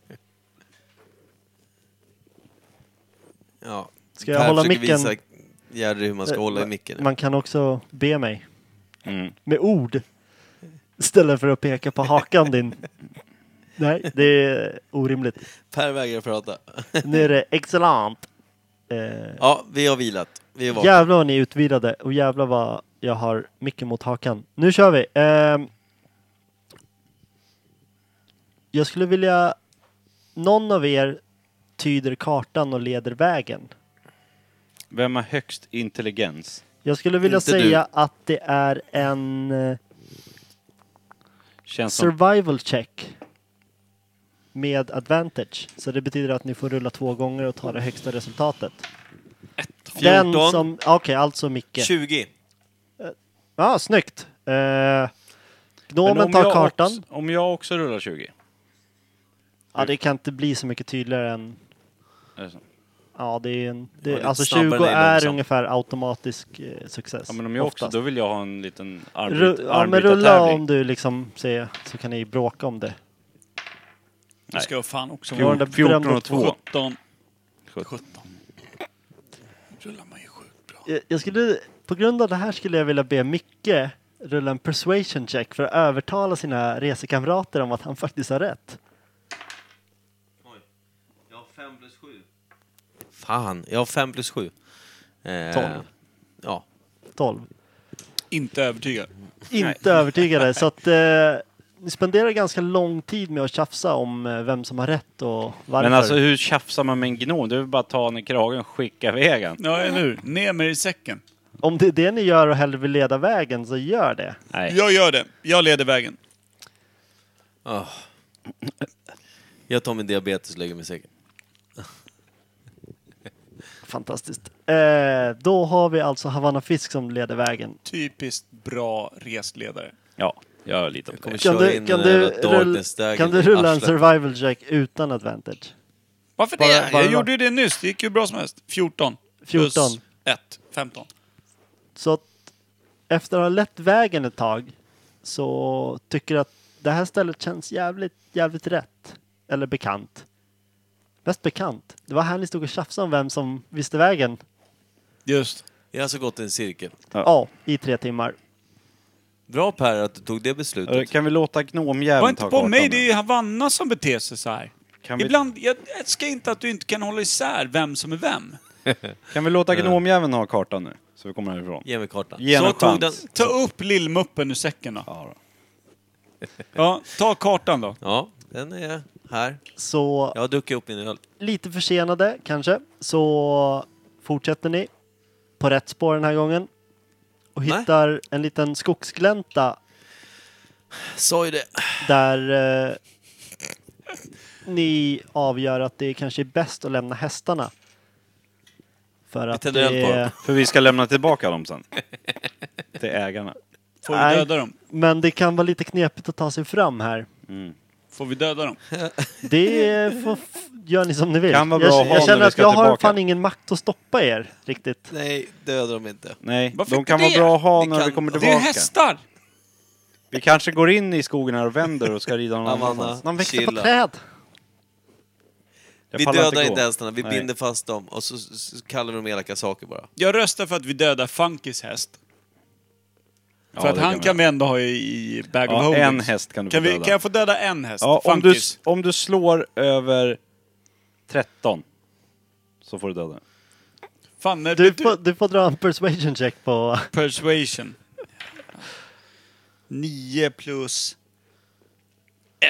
Ja. ska jag Per hålla försöker micken. visa Jerry hur man ska Eh, hålla i ma- micken. nu. Man kan också be mig Mm. med ord istället för att peka på hakan din. Nej, det är orimligt. Per vägrar prata. Nu är det excellent. Eh, Ja, vi har vilat. Vi är vakna. jävlar vad ni är utvilade och jävlar vad jag har mycket mot hakan. Nu kör vi. Eh, jag skulle vilja... Någon av er tyder kartan och leder vägen. Vem har högst intelligens? Jag skulle vilja Inte säga att det är en eh, Känns som... survival check med advantage. Så det betyder att ni får rulla två gånger och ta det högsta resultatet. Den fjorton. som... Okej, alltså Micke. tjugo. Ja, snyggt. Eh, Men Gnomen om tar jag kartan. Också, om jag också rullar tjugo? Ja, det kan inte bli så mycket tydligare än... Är det så? Ja, det är en... Det, Ja, lite alltså snabbare tjugo än det är är långsam. ungefär automatisk eh, success. Ja, men om jag också, Oftast. då vill jag ha en liten Ru- arbet, ja, men rulla arbetartävling. om du liksom ser, så kan ni bråka om det. Det ska jag fan också Jag har vara. den där fjorton berömda och två. sjutton. sjutton. sjutton. Rullar man ju sjukt bra. Jag, jag skulle, på grund av det här skulle jag vilja be Micke rulla en persuasion check för att övertala sina resekamrater om att han faktiskt har rätt. Jag har fem plus sju. Fan, jag har fem plus sju. Eh, Tolv. Ja. tolv. Inte övertygad. Inte övertygade. Så att eh, ni spenderar ganska lång tid med att tjafsa om eh, vem som har rätt och varför. Men alltså hur tjafsar man med en gnom? Det är väl bara att ta den i kragen och skicka vägen. Ja, eller hur? Ner med i säcken. Om det är det ni gör och hellre vill leda vägen, så gör det. Nej. Jag gör det. Jag leder vägen. Oh. Jag tar min diabetes och lägger mig i säcken. Fantastiskt. Eh, då har vi alltså Havanna Fisk som leder vägen. Typiskt bra resledare. Ja, jag litar Jag på kommer det. Kan köra du, in kan den du, jävla rull, darkness-dagen kan du i rulla en arslet. survival check utan advantage? Varför Bara- det? bara- Jag gjorde ju det nyss. Det gick ju bra som helst. fjorton. fjorton. Plus ett. femton. Så att efter att ha lett vägen ett tag så tycker du att det här stället känns jävligt, jävligt rätt. Eller bekant. Mest bekant. Det var här ni stod och tjafsade om vem som visste vägen. Just. Jag har alltså gått i en cirkel. Ja, i tre timmar. Bra Per att du tog det Eh, beslutet. Kan vi låta gnomjäveln Var ta inte på kartan mig. nu? Det är ju Havanna som beter sig så här. Kan vi, Ibland, jag älskar inte att du inte kan hålla isär vem som är vem. kan vi låta gnomjäveln ha kartan nu? Så vi kommer härifrån. Ge mig kartan. Ge en Så tog den. chans. Ta upp lillmuppen ur säcken då. Ja, då. Ja, ta kartan då. Ja, den är här. Så Jag har druckit upp min öl. lite försenade kanske. Så fortsätter ni på rätt spår den här gången. Och Nej. hittar en liten skogsglänta Sa ju det. där eh, ni avgör att det kanske är bäst att lämna hästarna. För att tänder eld på det, dem. För vi ska lämna tillbaka dem sen. Till ägarna. Får vi Nej. döda dem? men det kan vara lite knepigt att ta sig fram här. Mm. Får vi döda dem? Det får, f- gör ni som ni vill. Kan vara bra jag att ha jag när känner vi att ska jag har tillbaka. fan ingen makt att stoppa er riktigt. Nej, döda dem inte. Nej, Varför de inte kan vara det? bra att ha Vi när kan- vi kommer Det är Det är tillbaka. hästar! Vi kanske går in i skogen här och vänder och ska rida någon Amanda. annanstans. De växer på Chilla. träd. Jag Vi pallar dödar gå. inte hästarna, vi Nej. binder fast dem och så, så, så kallar vi dem elaka saker bara. Jag röstar för att vi dödar Funkys häst. Ja, För att det han vi kan vi göra. ändå ha i, i Bag of Ja, Holdings. en häst kan du Kan, få vi, döda. kan jag få döda en häst? Ja, om, du, Funkys. om du slår över tretton så får du döda den. Fan, när Du blev du får, du får dra en persuasion check på... persuasion? nio plus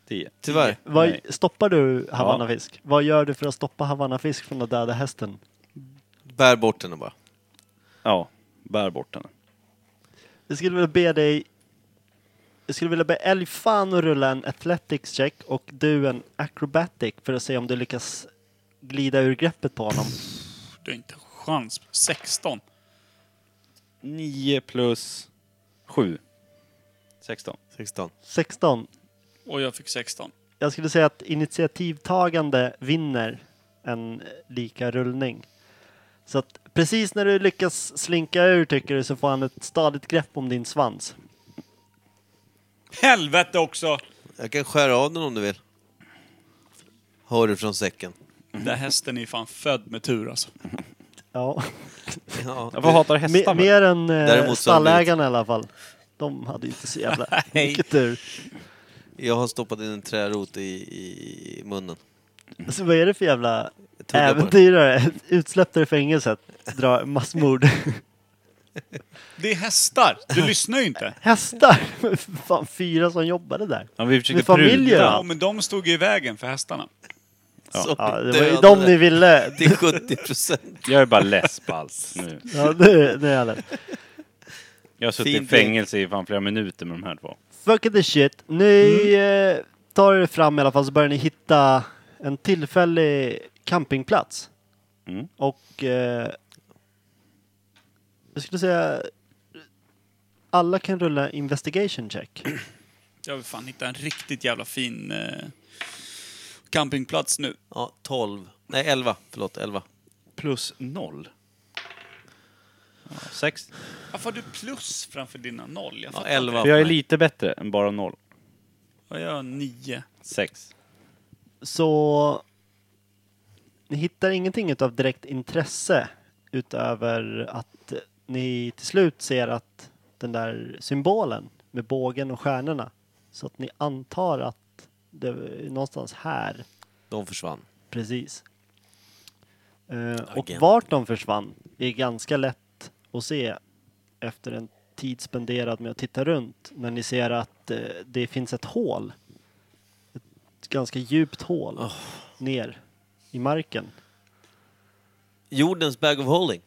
tio. Tyvärr. Vad, Nej. stoppar du Havanna-fisk? Vad gör du för att stoppa Havanna-fisk från att döda hästen? Bär bort den bara. Ja, bär bort den. Jag skulle vilja be dig... Jag skulle vilja be Älgfan att rulla en athletics check och du en acrobatic för att se om du lyckas glida ur greppet på honom. Du har inte en chans. sexton. nio plus sju. sexton. sexton. sexton. Och jag fick sexton. Jag skulle säga att initiativtagande vinner en lika rullning. Så att precis när du lyckas slinka ur tycker du så får han ett stadigt grepp om din svans. Helvete också! Jag kan skära av den om du vill. Hör du från säcken. Den där hästen är fan född med tur alltså. Ja. Ja, Jag får hatar hästar. Me- mer än eh, Däremot så stallägarna i alla fall. De hade ju inte så jävla Nej. mycket tur. jag har stoppat in en trärot i, i munnen. Så vad är det för jävla Jag tuggar på den. äventyrare? Utsläppta ur fängelset. Drar massmord. Det är hästar! Du lyssnar ju inte. Hästar! Fan, fyra som jobbade där. Ja, vi försöker Med familjer, pruta. Ja, men de stod ju i vägen för hästarna. Som Ja, det var ju dödade de ni ville. till sjuttio procent. Jag är bara less på allt nu. Ja, det, det är alla. Jag har suttit Fint i fängelse i fan flera minuter med de här två. Fuck the shit. Ni eh, tar er fram i alla fall så börjar ni hitta en tillfällig campingplats. Mm. Och eh, jag skulle säga alla kan rulla investigation check. Jag vill fan hitta en riktigt jävla fin eh, campingplats nu. Ja, tolv. Nej, elva. Förlåt, elva. Plus noll. Ja, sex. Varför har du plus framför dina noll? Jag Ja, fattar elva. inte. För jag är lite bättre än bara noll. Och jag har nio. Sex. Så ni hittar ingenting av direkt intresse utöver att ni till slut ser att den där symbolen med bågen och stjärnorna. Så att ni antar att det är någonstans här. De försvann. Precis. Eh, och Agent. vart de försvann är ganska lätt att se efter en tid spenderad med att titta runt. När ni ser att eh, det finns ett hål. Ett ganska djupt hål Oh. ner i marken. Jordens bag of holding.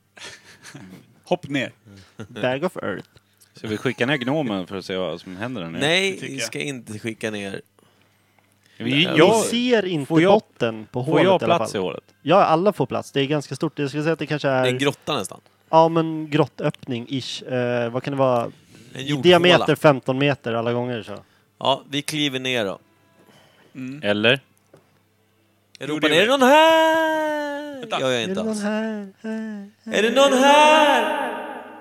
Hopp ner. Bag of Earth. Ska vi skicka ner gnomen för att se vad som händer där nere? Nej, tycker vi jag. ska inte skicka ner. Vi, Ni jag, ser inte får jag- botten på får hålet jag i alla plats i fall. hålet? Ja, alla får plats. Det är ganska stort. Jag skulle säga att det kanske Det är... är en grotta nästan. ja, men grottöppning-ish. Eh, vad kan det vara? En I jordhåla. diameter femton meter alla gånger så. Ja, vi kliver ner då. Mm. Eller? Jag Jo, ropar det ner, är är det någon här? Vänta. Jag är Är inte det någon alls. här? här? Är det någon här?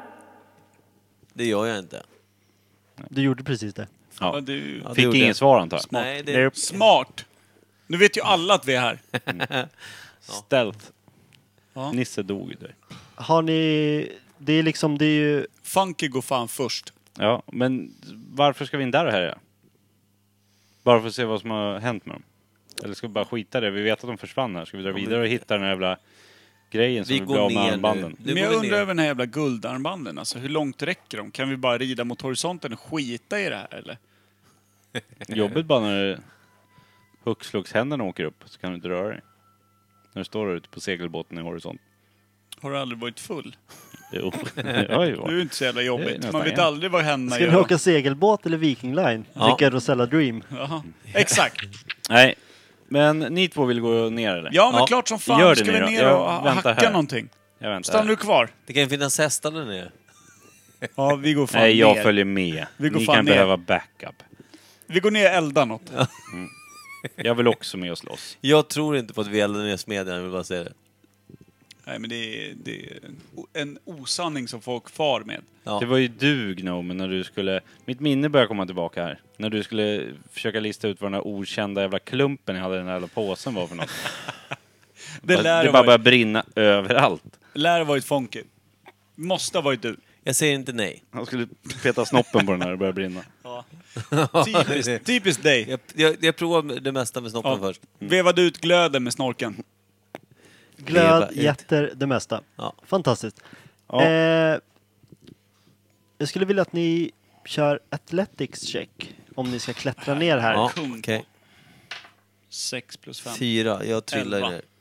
Det gör jag inte. Du gjorde precis det. Ja, Ja. du... Ja, det Fick gjorde ingen jag. svar antar jag. Smart. Nej, det... Smart! Nu vet ju alla att vi är här. Stealth. Ja. Nisse dog där. Har ni... Det är liksom, det är ju... Funky går fan först. Ja, men varför ska vi in där och här? Ja? Bara för att se vad som har hänt med dem. Eller ska vi bara skita det? Vi vet att de försvann här. Ska vi dra Ja, men- vidare och hitta den här jävla grejen som Vi vi går blir av med ner armbanden? nu. Nu Men går jag vi undrar ner. över den här jävla guldarmbanden. Alltså, hur långt räcker de? Kan vi bara rida mot horisonten och skita i det här, eller? Jobbigt bara när det hux flux händerna åker upp så kan du inte röra dig. När du står där ute på segelbåten i horisont. Har du aldrig varit full? Jo. Oj, Det är oj. ju inte så jävla Det är jobbigt. nästan Man vet jämnt. aldrig vad händerna Ska ni gör. åka segelbåt eller Viking Line? Ja. Dricka Rosella Dream? Jaha. Exakt. Nej, men ni två vill gå ner eller? Ja, men Ja. klart som fan. Gör det Ska ni vi då? ner Jag och väntar hacka här. någonting? Jag väntar Stannar här. du kvar? Det kan ju finnas hästar där nere. Ja, vi går fan Nej, jag ner. följer med. Vi går Ni fan kan ner. behöva backup. Vi går ner och eldar något. Jag vill också med och slåss. Jag tror inte på att vi eldar ner smedjan, jag vill bara säga det. Nej, men det är, det är en osanning som folk far med. Ja. Det var ju du, Gnome, när du skulle... Mitt minne börjar komma tillbaka här. När du skulle försöka lista ut vad den här okända jävla klumpen jag hade i den här jävla påsen var för något. Det det lär det ha bara varit, börjar brinna överallt. lär ha varit Fonky. Måste ha varit du. Jag säger inte nej. Han skulle peta snoppen på den här och det börjar brinna. Ja. Typiskt, typiskt dig. Jag, jag, jag provar det mesta med snoppen Ja. först. Vevade ut glöden med snorken. Glöd, Leva ut. jätter, det mesta. Ja. Fantastiskt. Ja. Eh, jag skulle vilja att ni kör athletics check. om ni ska klättra ner här. Ja, Kung. okej. sex plus fem. Fyra. Jag trillar Elva. ner.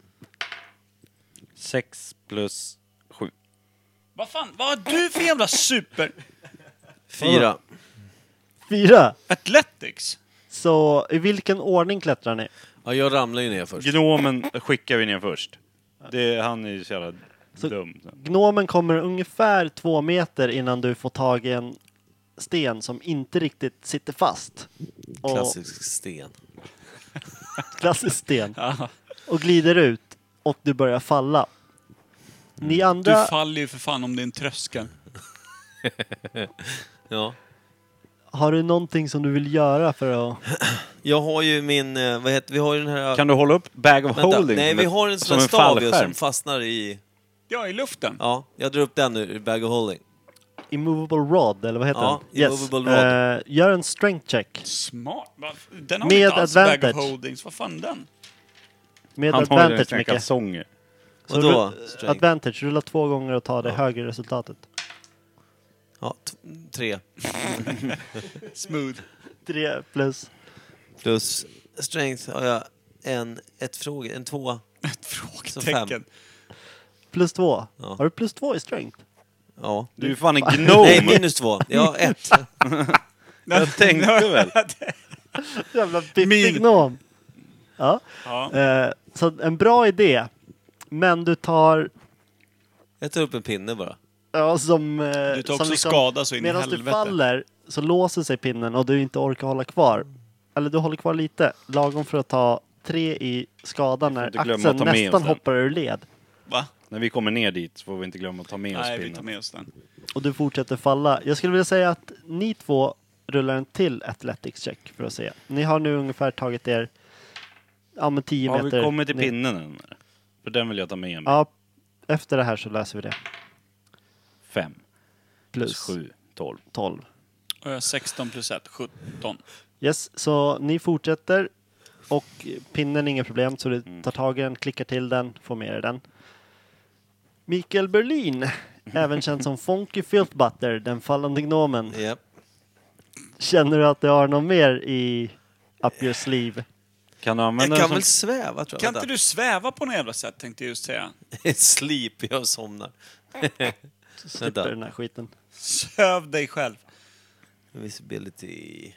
Sex plus sju. Vad fan, vad har du för jävla super... Fyra. Fyra! Athletics? Så i vilken ordning klättrar ni? Ja, jag ramlar ju ner först. Gnomen skickar vi ner först. Det, han är ju så jävla Så- dum. Gnomen kommer ungefär två meter innan du får tag i en sten som inte riktigt sitter fast. Och, Klassisk sten. klassisk sten. Ja. Och glider ut och du börjar falla. Ni Du andra... faller ju för fan om det är en tröskel. Ja. Har du någonting som du vill göra för att... Jag har ju min, eh, vad heter, vi har ju den här... Kan du hålla upp bag of Vänta, holding? nej som vi ett- har en sån som här en stav ju fallskärm? som fastnar i... Ja, i luften. Ja, jag drar upp den nu, i bag of holding. Immovable rod, eller vad heter Ja, den? immovable rod. Eh, gör en strength check. Smart. Va? Den har Med inte alls bag advantage. of holdings. Vad fan den? Med Han har ju advantage, sina Micke. kalsonger. Så Vadå? rull- Strength? advantage, rulla två gånger och ta det högre resultatet. Ja, t- tre. Smooth. Tre plus... Plus strength har jag en, ett fråga, en tvåa. Ett fem. frågetecken. Plus två. Ja. Har du plus två i strength? Ja. Du är ju fan en gnome! Nej, minus två. Ja, ett. Jag tänkte väl. Jävla biffig Min. gnom. Ja. Ja. Eh, så en bra idé. Men du tar... Jag tar upp en pinne bara. Ja, som... Eh, Du tar som också skada så in i Medan du helvete. faller så låser sig pinnen och du inte orkar hålla kvar. Eller du håller kvar lite. Lagom för att ta tre i skada när inte glömma axeln att ta med nästan oss den. hoppar ur led. Va? När vi kommer ner dit så får vi inte glömma att ta med oss Nej, vi tar pinnen. med oss den. Och du fortsätter falla. Jag skulle vilja säga att ni två rullar en till athletics check för att se. Ni har nu ungefär tagit er ja, men tio Har meter. vi kommit till ner. pinnen än? För den vill jag ta med mig. Ja, efter det här så läser vi det. Fem. Plus Sju. Tolv. tolv. Och jag har sexton plus ett, sjutton. Yes, så ni fortsätter och pinnen är inget problem så du Mm. tar tag i den, klickar till den, får med dig den. Mikael Berlin, även känd som Funky Filth Butter, den fallande gnomen. Japp. Känner du att du har något mer i up your sleeve? Kan du Jag använda kan den väl som... sväva tror jag. Kan inte du sväva på något jävla sätt, tänkte jag just säga. du... Sleep, jag somnar. Så slipper Vänta. den här skiten. Söv dig själv. Visibility...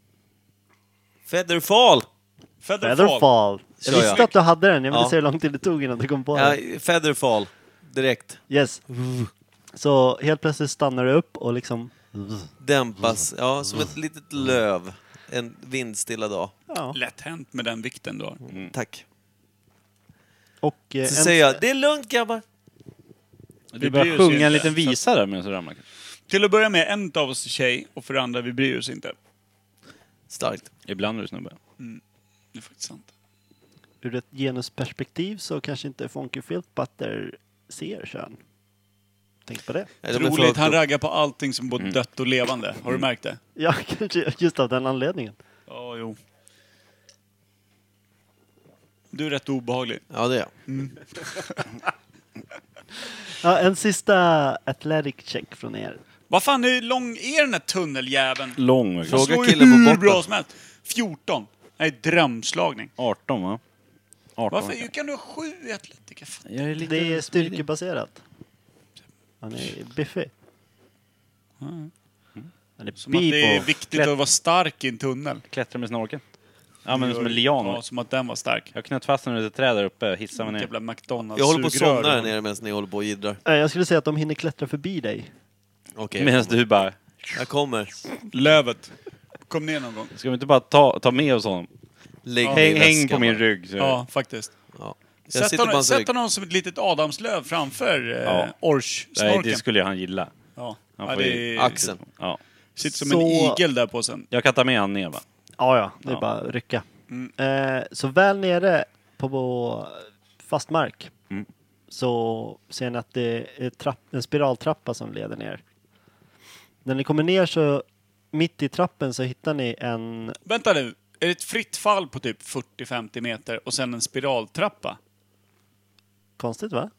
Featherfall! Featherfall. Featherfall. Jag Kör visste jag. att du hade den. Jag ville Ja. se hur lång tid det tog innan du kom på Ja, den. Featherfall. Direkt. Yes. Så helt plötsligt stannar du upp och liksom... Dämpas. Ja, som ett litet löv. En vindstilla dag. Ja. Lätt hänt med den vikten du har. Tack. Och eh, Så en, säger jag, det är lugnt grabbar. Du Vi börjar bryr oss sjunga inte, en liten så visa där medan du ramlar. Till att börja med, en av oss är tjej och för det andra, vi bryr oss inte. Starkt. Ibland är du snubbe. Det är faktiskt sant. ur ett genusperspektiv så kanske inte Funky Filth Butter ser kön. Tänk på det. Nej, de är för Troligt, högt han upp. raggar på allting som både dött och levande. Har du märkt det? Ja, kanske just av den anledningen. Ja, jo. Du är rätt obehaglig. Ja, det är jag. Ja, en sista athletic check från er. Vad fan, hur lång är den här tunneljäveln? Lång. Den Fråga slår ju killen på hur botten. bra som helst. fjorton. Nej, drömslagning. arton va? arton. Varför hur kan du ha sju i atletik? Jag fattar. Jag är lite Det är styrkebaserat. Han är biffig. Han är Som att det är beef och viktigt klätt- att vara stark i en tunnel. Klättra med snorken. Ja men som en lian. Ja, som att den var stark. Jag knöt fast den i ett träd där uppe och hissade mig ner. Jävla McDonalds Jag håller på att sugrör. somna här nere medan ni håller på och jiddrar. Nej, jag skulle säga att de hinner klättra förbi dig. Okej, Medan jag kommer. du bara... Jag kommer. Lövet. Kom ner någon gång. Ska vi inte bara ta, ta med oss honom? Lägg mig i Häng, häng väskan på min bara. rygg. Så. Ja, faktiskt. Ja. Jag Sätt sitter på honom, hans sätt rygg. honom som ett litet adamslöv framför eh, Ja. Nej, Orch-snorken. det skulle han gilla. Ja. Han Ja, får det ju- är, Axeln. Ja. sitter som Så- en igel där på sen. Jag kan ta med han ner va? Ja, ja, det är Ja. bara att rycka. Mm. Eh, så väl nere på, på fast mark Mm. så ser ni att det är trapp, en spiraltrappa som leder ner. När ni kommer ner så mitt i trappen så hittar ni en... Vänta nu. Är det ett fritt fall på typ fyrtio till femtio meter och sen en spiraltrappa? Konstigt va?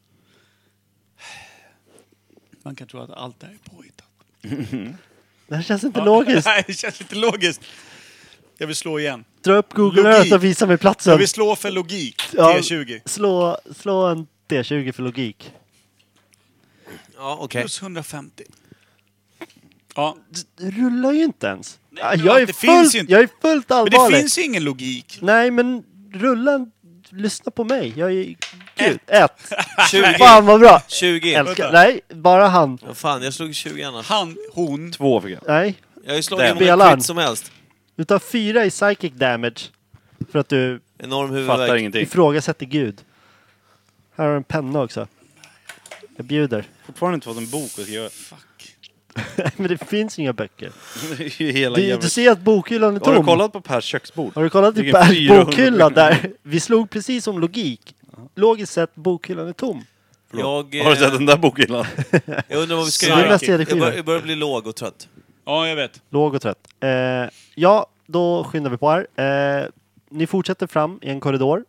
Man kan tro att allt det här är påhittat. Det här känns inte logiskt. Nej, det känns inte logiskt. Jag vill slå igen. Dra upp Google Logik. Earth och visa mig platsen. Jag vill slå för logik. Ja. T tjugo. Slå, slå en T tjugo för logik. Ja, okej. Plus hundrafemtio. Ja, Det rullar ju inte ens. Nej, Ja, men jag, är det finns fullt, ju inte. jag är fullt men allvarlig. det finns ju ingen logik. Nej, men rulla en... Lyssna på mig. Jag är... Gud, ett. tjugo. Fan vad bra. tjugo. Älskar. Nej, bara han. Ja, fan, jag slog tjugo annars. Han, hon. Två fick jag. Nej. Jag har ju slagit hur många Spelaren. crit som helst. Du tar fyra i psychic damage. För att du Enorm Fattar huvudvärk. ingenting. ifrågasätter Gud. Här har du en penna också. Jag bjuder. Fortfarande inte fått en bok att skriva. Men det finns inga böcker. Det är ju hela Du, jävla... du ser att bokhyllan är tom. Har du kollat på Pers köksbord? Har du kollat i Vilken Pers fyrahundra bokhylla böcker. där? Vi slog precis om logik. Logiskt sett, bokhyllan är tom. Jag, eh, Har du sett den där bokhyllan? jag undrar vad vi ska Så göra. är nästa Jag CD-skiva. börjar, jag börjar bli låg och trött. Ja, jag vet. Låg och trött. Eh, ja, då skyndar vi på här. Eh, ni fortsätter fram i en korridor.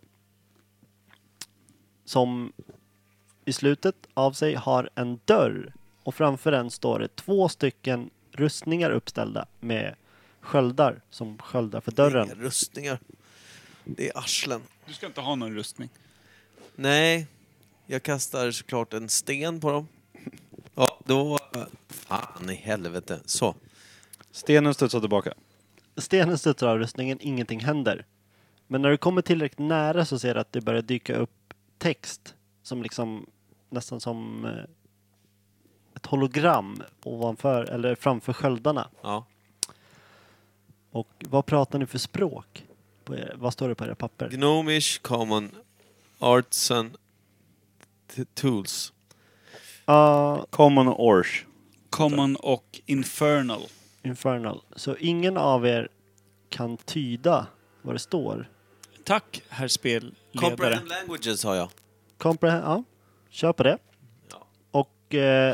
Som i slutet av sig har en dörr. Och framför den står det två stycken rustningar uppställda med sköldar som sköldar för dörren. Inga rustningar. Det är arslen. Du ska inte ha någon rustning. Nej, jag kastar såklart en sten på dem. Ja, då... Fan i helvete. Så. Stenen studsar tillbaka. Stenen studsar av rustningen, ingenting händer. Men när du kommer tillräckligt nära så ser du att det börjar dyka upp text som liksom nästan som eh, ett hologram ovanför eller framför sköldarna. Ja. Och vad pratar ni för språk? På er, vad står det på era papper? Gnomish, common, arts and t- tools. Ja, Common Orch. Common och infernal. Infernal. Så ingen av er kan tyda vad det står. Tack, herr spelledare. Comprehend languages har jag. Comprehend, ja. Kör på det. Ja. Och eh,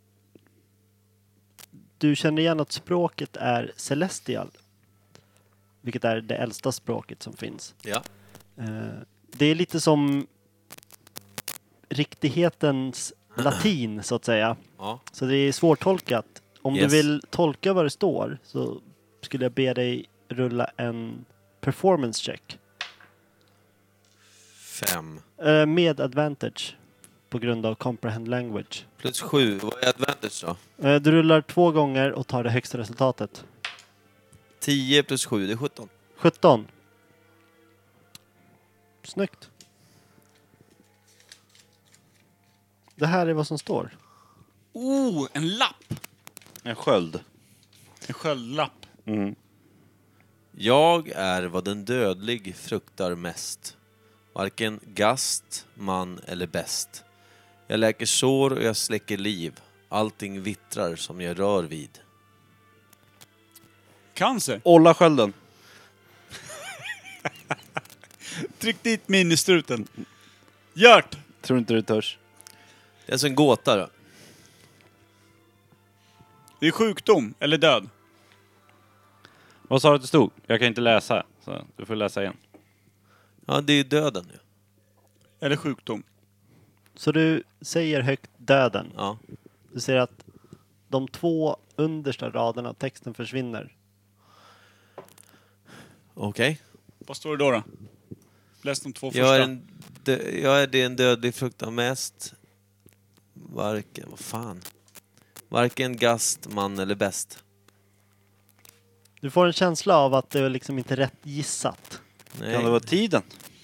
du känner igen att språket är Celestial. Vilket är det äldsta språket som finns. Ja. Eh, det är lite som riktighetens latin så att säga. Ja. Så det är svårtolkat. Om Yes. du vill tolka vad det står så skulle jag be dig rulla en performance check. Fem. Eh, med advantage. På grund av comprehend language. Plus sju. Vad är advantage då? Eh, du rullar två gånger och tar det högsta resultatet. Tio plus sju, det är sjutton. sjutton. Snyggt. Det här är vad som står. Oh, en lapp! En sköld. En sköldlapp. Mm. Jag är vad den dödlig fruktar mest. Varken gast, man eller bäst. Jag läker sår och jag släcker liv. Allting vittrar som jag rör vid. Cancer. Olla skölden. Tryck dit ministruten. Gjort! Tror inte du törs. Det är alltså en gåta då. Det är sjukdom eller död. Vad sa du att det stod? Jag kan inte läsa. Så du får läsa igen. Ja, det är ju döden ju. Eller sjukdom. Så du säger högt döden. Ja. Du ser att de två understa raderna av texten försvinner. Okej. Vad står det då då? Läs de två första. Jag är, en dö- jag är det en dödlig fruktar mest. Varken, vad fan. Varken gast, man eller bäst. Du får en känsla av att det är liksom inte rätt gissat. Nej. Kan det vara tiden?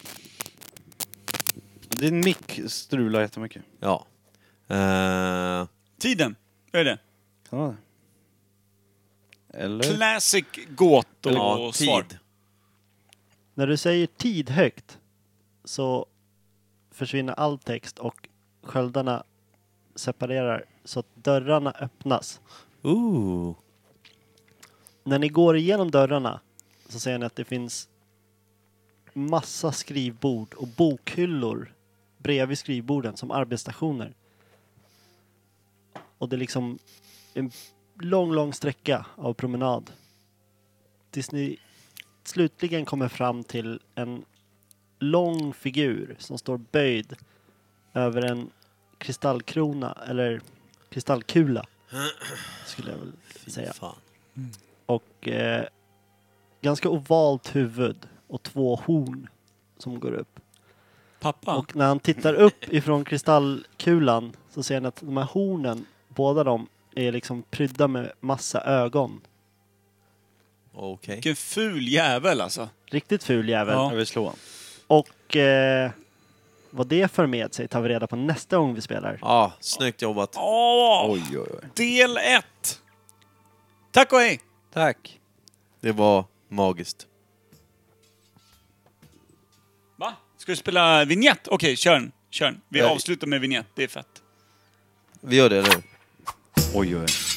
Din mick strular jättemycket. Ja. Uh, Tiden. Vad är det? Kan det vara det? Eller? Classic gåtor ja, och svar. tid. När du säger tid högt så försvinner all text och sköldarna separerar så att dörrarna öppnas. Ooh. När ni går igenom dörrarna så ser ni att det finns massa skrivbord och bokhyllor bredvid skrivborden som arbetsstationer. Och det är liksom en lång, lång sträcka av promenad. Tills ni slutligen kommer fram till en lång figur som står böjd över en kristallkrona eller kristallkula skulle jag väl säga. Fan. Och eh, ganska ovalt huvud och två horn som går upp. Pappa? Och när han tittar upp ifrån kristallkulan så ser han att de här hornen, båda de, är liksom prydda med massa ögon. Okej. Vilken ful jävel alltså. Riktigt ful jävel. Ja. Jag vill slå. Och eh, vad det för med sig tar vi reda på nästa gång vi spelar. Ja, snyggt jobbat. Åh! Oj, oj, oj. Del ett! Tack och hej! Tack. Det var magiskt. Va? Ska du spela vignett? Okej, kör den. Kör den. Vi Ja. avslutar med vignett. Det är fett. Vi gör det nu. Oj, oj.